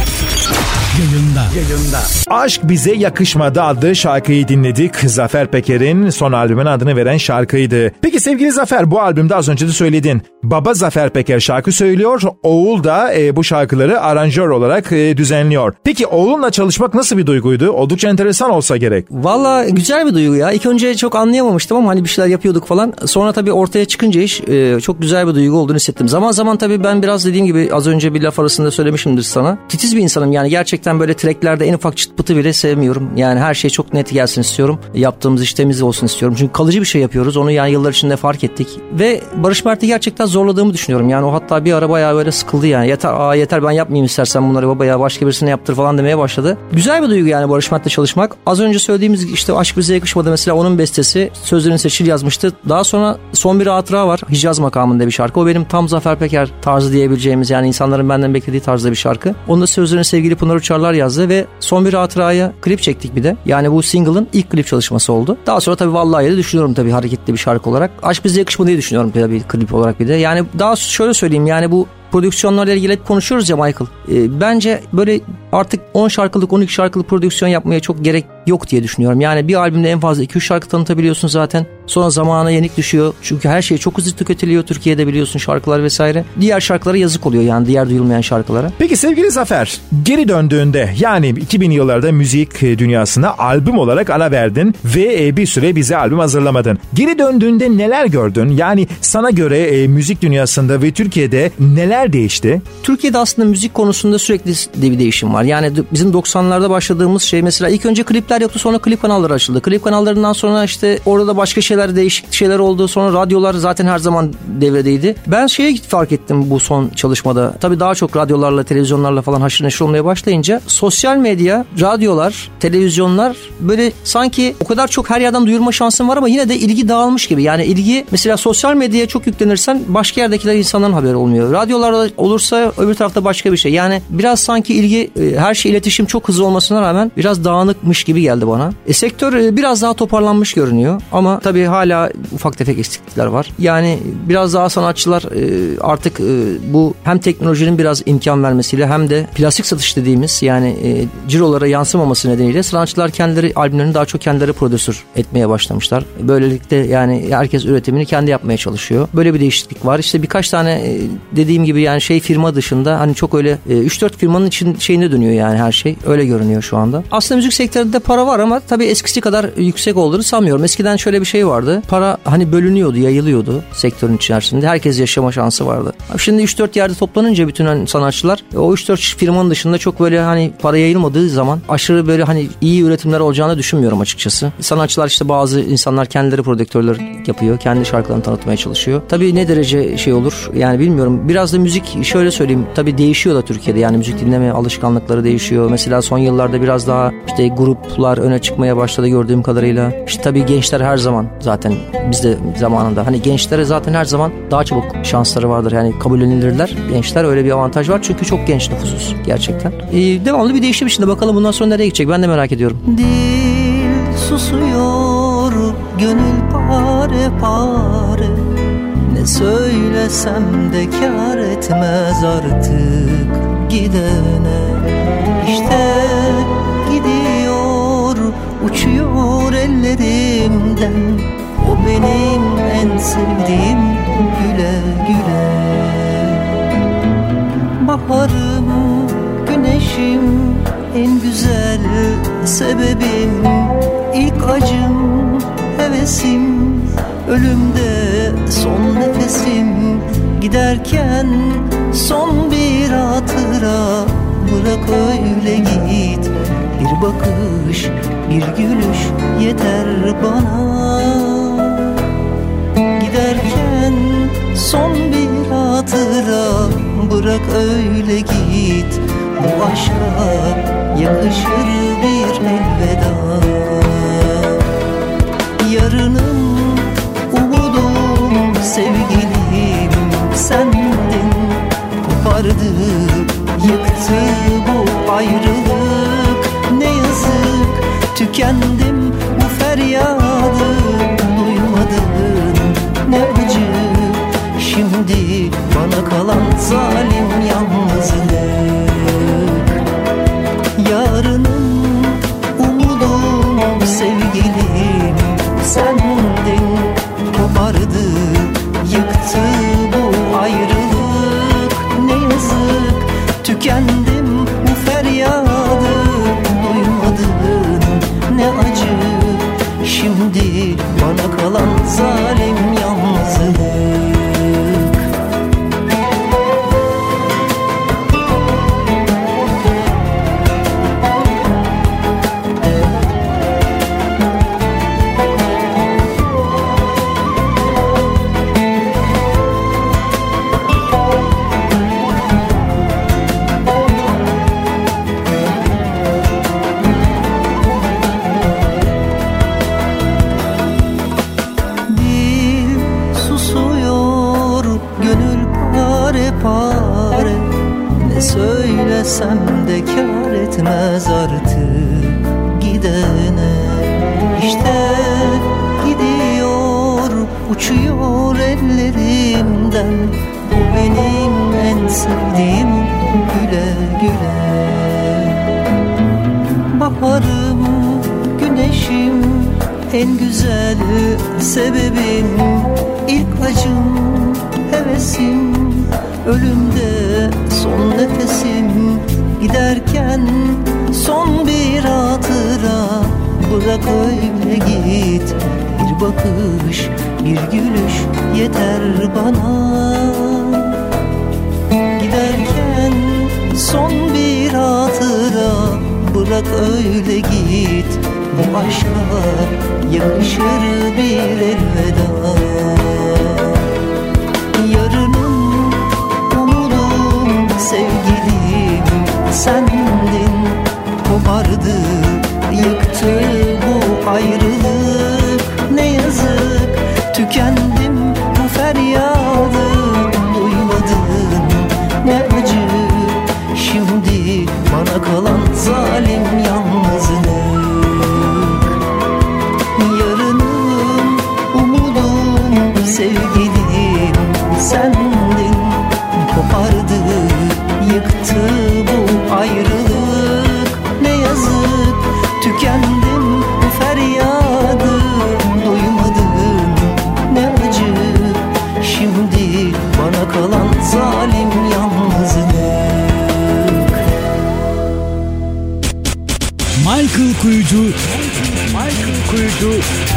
yayında. Aşk Bize Yakışmadı adlı şarkıyı dinledik. Zafer Peker'in son albümün adını veren şarkıydı. Peki sevgili Zafer, bu albümde az önce de söyledin. Baba Zafer Peker şarkı söylüyor. Oğul da bu şarkıları aranjör olarak düzenliyor. Peki oğlunla çalışmak nasıl bir duyguydu? Oldukça enteresan olsa gerek. Valla güzel bir duygu ya. İlk önce çok anlayamamıştım ama hani bir şeyler yapıyorduk falan. Sonra tabii ortaya çıkınca iş çok güzel bir duygu olduğunu hissettim. Zaman zaman tabii ben biraz dediğim gibi az önce bir laf arasında söylemişimdir sana. Titiz bir insanım yani, gerçekten böyle tracklerde en ufak çıt pıtı bile sevmiyorum. Yani her şey çok net gelsin istiyorum. Yaptığımız iş temiz olsun istiyorum. Çünkü kalıcı bir şey yapıyoruz. Onu yani yıllar içinde fark ettik. Ve Barış Mert'i gerçekten zorladığımı düşünüyorum. Yani o hatta bir ara bayağı böyle sıkıldı yani. Yeter ben yapmayayım istersen bunları baba ya, başka birisine yaptır falan demeye başladı. Güzel bir duygu yani Barış Mert'le çalışmak. Az önce söylediğimiz işte Aşk Bize Yakışmadı mesela, onun bestesi. Sözlerini Seçil yazmıştı. Daha sonra Son Bir Hatıra var. Hicaz makamında bir şarkı. O benim tam Zafer Peker tarzı diyebileceğimiz, yani insanların benden beklediği tarzda bir şarkı. Onun da sözlerini sevgili Pınar Uçarlar yazdı ve Son Bir Hatıra'ya klip çektik bir de. Yani bu single'ın ilk klip çalışması oldu. Daha sonra tabii Vallahi'yi de düşünüyorum tabii hareketli bir şarkı olarak. Aşk Bize Yakışmadı'yı düşünüyorum tabii klip olarak bir de. Yani daha şöyle söyleyeyim, yani bu prodüksiyonlarla ilgili hep konuşuyoruz ya Michael. Bence böyle artık 10 şarkılık 12 şarkılık prodüksiyon yapmaya çok gerek yok diye düşünüyorum. Yani bir albümde en fazla 2-3 şarkı tanıtabiliyorsun zaten. Sonra zamana yenik düşüyor. Çünkü her şey çok hızlı tüketiliyor Türkiye'de, biliyorsun, şarkılar vesaire. Diğer şarkılara yazık oluyor yani, diğer duyulmayan şarkılara. Peki sevgili Zafer, geri döndüğünde yani 2000 yıllarda müzik dünyasına albüm olarak ara verdin ve bir süre bize albüm hazırlamadın. Geri döndüğünde neler gördün? Yani sana göre müzik dünyasında ve Türkiye'de neler değişti? Türkiye'de aslında müzik konusunda sürekli bir değişim var. Yani bizim 90'larda başladığımız şey mesela, ilk önce klipler yoktu, sonra klip kanalları açıldı. Klip kanallarından sonra işte orada başka şeyler, değişik şeyler oldu. Sonra radyolar zaten her zaman devredeydi. Ben fark ettim bu son çalışmada. Tabii daha çok radyolarla, televizyonlarla falan haşır neşir olmaya başlayınca sosyal medya, radyolar, televizyonlar böyle sanki o kadar çok her yerden duyurma şansın var ama yine de ilgi dağılmış gibi. Yani ilgi mesela sosyal medyaya çok yüklenirsen başka yerdekiler insanların haberi olmuyor. Radyolarda olursa öbür tarafta başka bir şey. Yani biraz sanki ilgi, her şey, iletişim çok hızlı olmasına rağmen biraz dağınıkmış gibi geldi bana. Sektör biraz daha toparlanmış görünüyor ama tabii hala ufak tefek eksiklikler var. Yani biraz daha sanatçılar artık bu hem teknolojinin biraz imkan vermesiyle hem de plastik satış dediğimiz yani cirolara yansımaması nedeniyle sanatçılar kendileri albümlerini daha çok kendileri prodüsör etmeye başlamışlar. Böylelikle yani herkes üretimini kendi yapmaya çalışıyor. Böyle bir değişiklik var. İşte birkaç tane dediğim gibi gibi yani firma dışında hani çok öyle 3-4 firmanın şeyinde dönüyor yani her şey. Öyle görünüyor şu anda. Aslında müzik sektöründe para var ama tabii eskisi kadar yüksek olduğunu sanmıyorum. Eskiden şöyle bir şey vardı. Para hani bölünüyordu, yayılıyordu sektörün içerisinde. Herkes yaşama şansı vardı. Şimdi 3-4 yerde toplanınca bütün hani sanatçılar o 3-4 firmanın dışında çok böyle hani para yayılmadığı zaman aşırı böyle hani iyi üretimler olacağını düşünmüyorum açıkçası. Sanatçılar işte bazı insanlar kendileri prodüktörler yapıyor. Kendi şarkılarını tanıtmaya çalışıyor. Tabii ne derece şey olur yani bilmiyorum. Biraz da müzik şöyle söyleyeyim. Tabii değişiyor da Türkiye'de. Yani müzik dinleme alışkanlıkları değişiyor. Mesela son yıllarda biraz daha işte gruplar öne çıkmaya başladı gördüğüm kadarıyla. İşte tabii gençler her zaman zaten bizde zamanında hani gençlere zaten her zaman daha çabuk şansları vardır. Yani kabullenilirler. Gençler öyle bir avantaj var. Çünkü çok genç nüfusuz gerçekten. Devamlı bir değişim içinde. Bakalım bundan sonra nereye gidecek? Ben de merak ediyorum. Dil susuyor, gönül pare pare. Ne söylesem de kâr etmez artık gidene. İşte gidiyor, uçuyor ellerimden. O benim en sevdiğim güle güle. Baharım, güneşim, en güzel sebebim. İlk acım, hevesim, ölümde son nefesim. Giderken son bir hatıra, bırak öyle git. Bir bakış, bir gülüş yeter bana. Giderken son bir hatıra, bırak öyle git. Bu aşka yakışır bir elveda. Yarınım, umudum, sevgilim sendin. Kopardı, yıktı bu ayrılık. Ne yazık, tükendim bu feryadı. Duymadın ne acı, şimdi bana kalan zalim yalnızlık. Yarınım, umudum, sevgilim sendin. Kopardı, yıktı bu ayrılık. Ne yazık, tükendim bu feryadı. Duymadın ne acı, şimdi bana kalan zalim yalnızlık. Söylesem de kâr etmez artık gidene. İşte gidiyor, uçuyor ellerimden. Bu benim en sevdiğim güle güle. Baharım, güneşim, en güzel sebebim. İlk acım, hevesim, ölümde son nefesim. Giderken son bir hatıra, bırak öyle git. Bir bakış, bir gülüş yeter bana. Giderken son bir hatıra, bırak öyle git. Bu aşka yakışır bir elveda. Yarınım, umudum, sevgilim sendin. Kopardı, yıktı bu ayrılık. Ne yazık, tükendim bu feryadı. Duymadın ne acı, şimdi bana kalan zalim yalnızlık. Yarınım, umudum, sevgilim sendin. Kopardı, yıktı bu ayrılık. Ne yazık, tükendim bu feryat. Kuyucu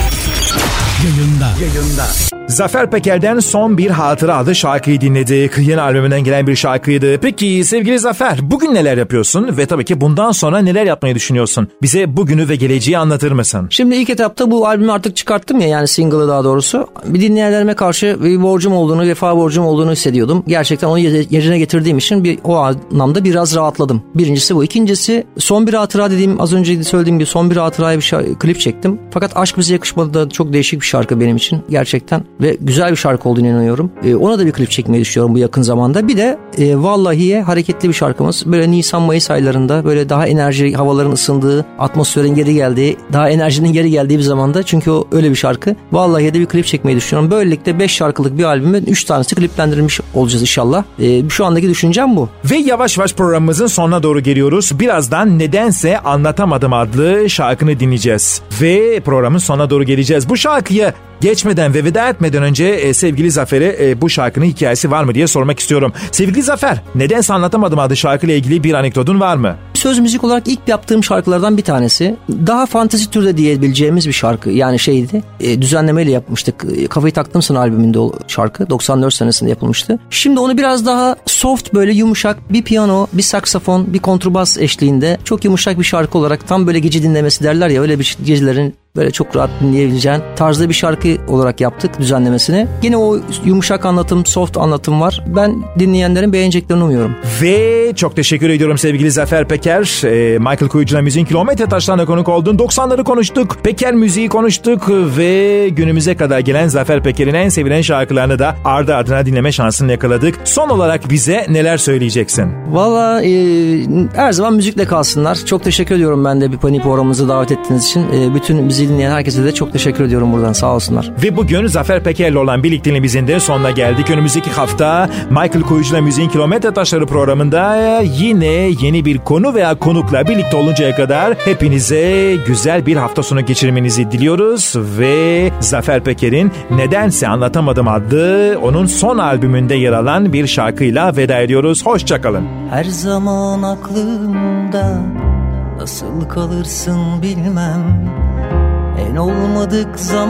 yayında. Zafer Peker'den Son Bir Hatıra adlı şarkıyı dinledik. Yeni albümünden gelen bir şarkıydı. Peki sevgili Zafer, bugün neler yapıyorsun ve tabii ki bundan sonra neler yapmayı düşünüyorsun? Bize bugünü ve geleceği anlatır mısın? Şimdi ilk etapta bu albümü artık çıkarttım ya, yani single'ı daha doğrusu. Bir dinleyenlerime karşı bir borcum olduğunu, vefa borcum olduğunu hissediyordum. Gerçekten onu yerine getirdiğim için o anlamda biraz rahatladım. Birincisi bu. İkincisi, Son Bir Hatıra dediğim, az önce söylediğim gibi Son Bir Hatıra'ya bir klip çektim. Fakat Aşk Bize Yakışmadı da çok değişik bir şarkı benim için gerçekten. Ve güzel bir şarkı olduğunu inanıyorum. Ona da bir klip çekmeyi düşünüyorum bu yakın zamanda. Bir de Vallahi'ye hareketli bir şarkımız. Böyle Nisan-Mayıs aylarında böyle daha enerji, havaların ısındığı, atmosferin geri geldiği, daha enerjinin geri geldiği bir zamanda. Çünkü o öyle bir şarkı. Vallahi'ye de bir klip çekmeyi düşünüyorum. Böylelikle 5 şarkılık bir albümün 3 tanesi kliplendirilmiş olacağız inşallah. Şu andaki düşüncem bu. Ve yavaş yavaş programımızın sonuna doğru geliyoruz. Birazdan Nedense Anlatamadım adlı şarkını dinleyeceğiz. Ve programın sonuna doğru geleceğiz. Bu şarkıyı geçmeden ve veda etmeden önce sevgili Zafer'e bu şarkının hikayesi var mı diye sormak istiyorum. Sevgili Zafer, Nedense Anlatamadım adlı şarkıyla ilgili bir anekdotun var mı? Söz müzik olarak ilk yaptığım şarkılardan bir tanesi. Daha fantezi türde diyebileceğimiz bir şarkı. Yani şeydi, düzenlemeyle yapmıştık. Kafayı Taktımsın albümünde o şarkı. 94 senesinde yapılmıştı. Şimdi onu biraz daha soft, böyle yumuşak, bir piyano, bir saksafon, bir kontrbas eşliğinde çok yumuşak bir şarkı olarak, tam böyle gece dinlemesi derler ya, öyle bir gecelerin böyle çok rahat dinleyebileceğin tarzda bir şarkı olarak yaptık düzenlemesini. Yine o yumuşak anlatım, soft anlatım var. Ben dinleyenlerin beğeneceklerini umuyorum. Ve çok teşekkür ediyorum sevgili Zafer Peker. Michael Kuyucu'na Müziğin Kilometre Taşlarına konuk oldun. 90'ları konuştuk, Peker müziği konuştuk ve günümüze kadar gelen Zafer Peker'in en sevilen şarkılarını da ardı ardına dinleme şansını yakaladık. Son olarak bize neler söyleyeceksin? Valla her zaman müzikle kalsınlar. Çok teşekkür ediyorum ben de bir Pani programımıza davet ettiğiniz için. Bütün bizi dinleyen herkese de çok teşekkür ediyorum buradan, sağ olsunlar. Ve bugün Zafer Peker'le olan birlikteliğimizin de sonuna geldik. Önümüzdeki hafta Michael Kuyucu'na Müziğin Kilometre Taşları programında yine yeni bir konu veya konukla birlikte oluncaya kadar hepinize güzel bir hafta sonu geçirmenizi diliyoruz ve Zafer Peker'in Nedense Anlatamadım adlı onun son albümünde yer alan bir şarkıyla veda ediyoruz. Hoşçakalın. Her zaman aklımda, nasıl kalırsın bilmem. En olmadık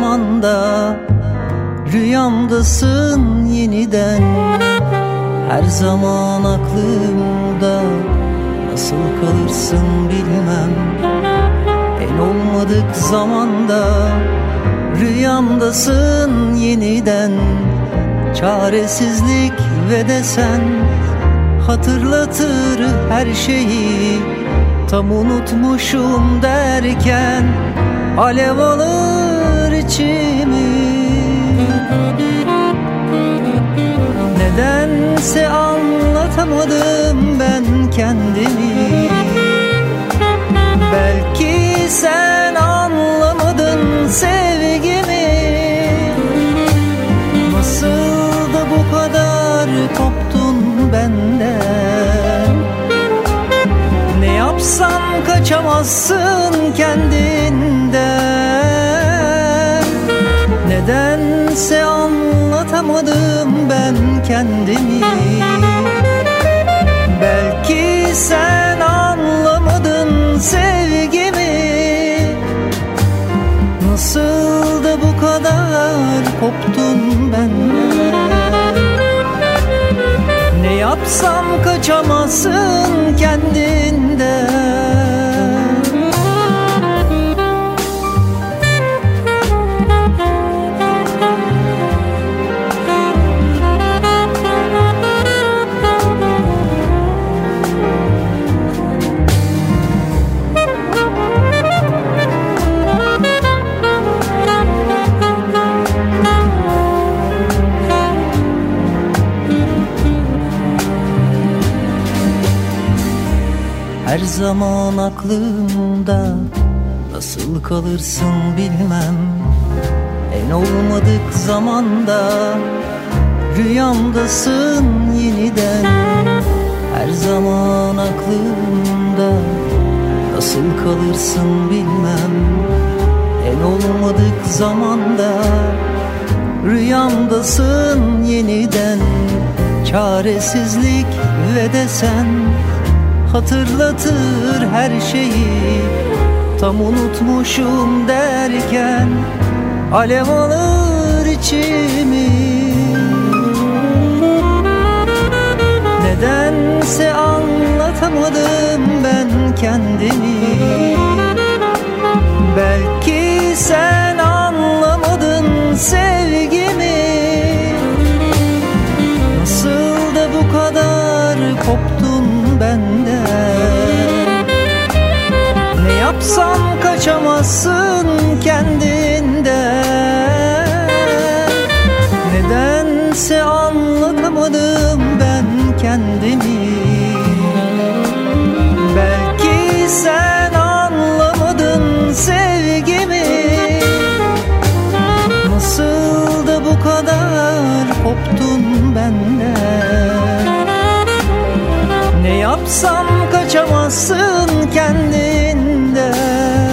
zamanda rüyamdasın yeniden. Her zaman aklımda, nasıl kalırsın bilmem. En olmadık zamanda rüyamdasın yeniden. Çaresizlik ve de sen hatırlatır her şeyi. Tam unutmuşum derken alev alır içimi. Nedense anlatamadım ben kendimi. Belki sen anlamadın sevgimi. Nasıl da bu kadar koptun benden. Ne yapsam kaçamazsın kendinden. Nedense anlatamadım ben kendimi. Belki sen anlamadın sevgimi. Nasıl da bu kadar koptun benden. Ne yapsam kaçamazsın kendinden. Her zaman aklımda, nasıl kalırsın bilmem. En olmadık zamanda rüyamdasın yeniden. Her zaman aklımda, nasıl kalırsın bilmem. En olmadık zamanda rüyamdasın yeniden. Çaresizlik ve de sen hatırlatır her şeyi. Tam unutmuşum derken alev alır içimi. Nedense anlatamadım ben kendimi. Belki sen anlamadın sevgimi. Nasıl da bu kadar koptun benden. Ne yapsam kaçamazsın kendinden. Nedense anlatamadım ben kendimi. Belki sen anlamadın sevgimi. Nasıl da bu kadar koptun benden. Ne yapsam kaçamazsın kendinden.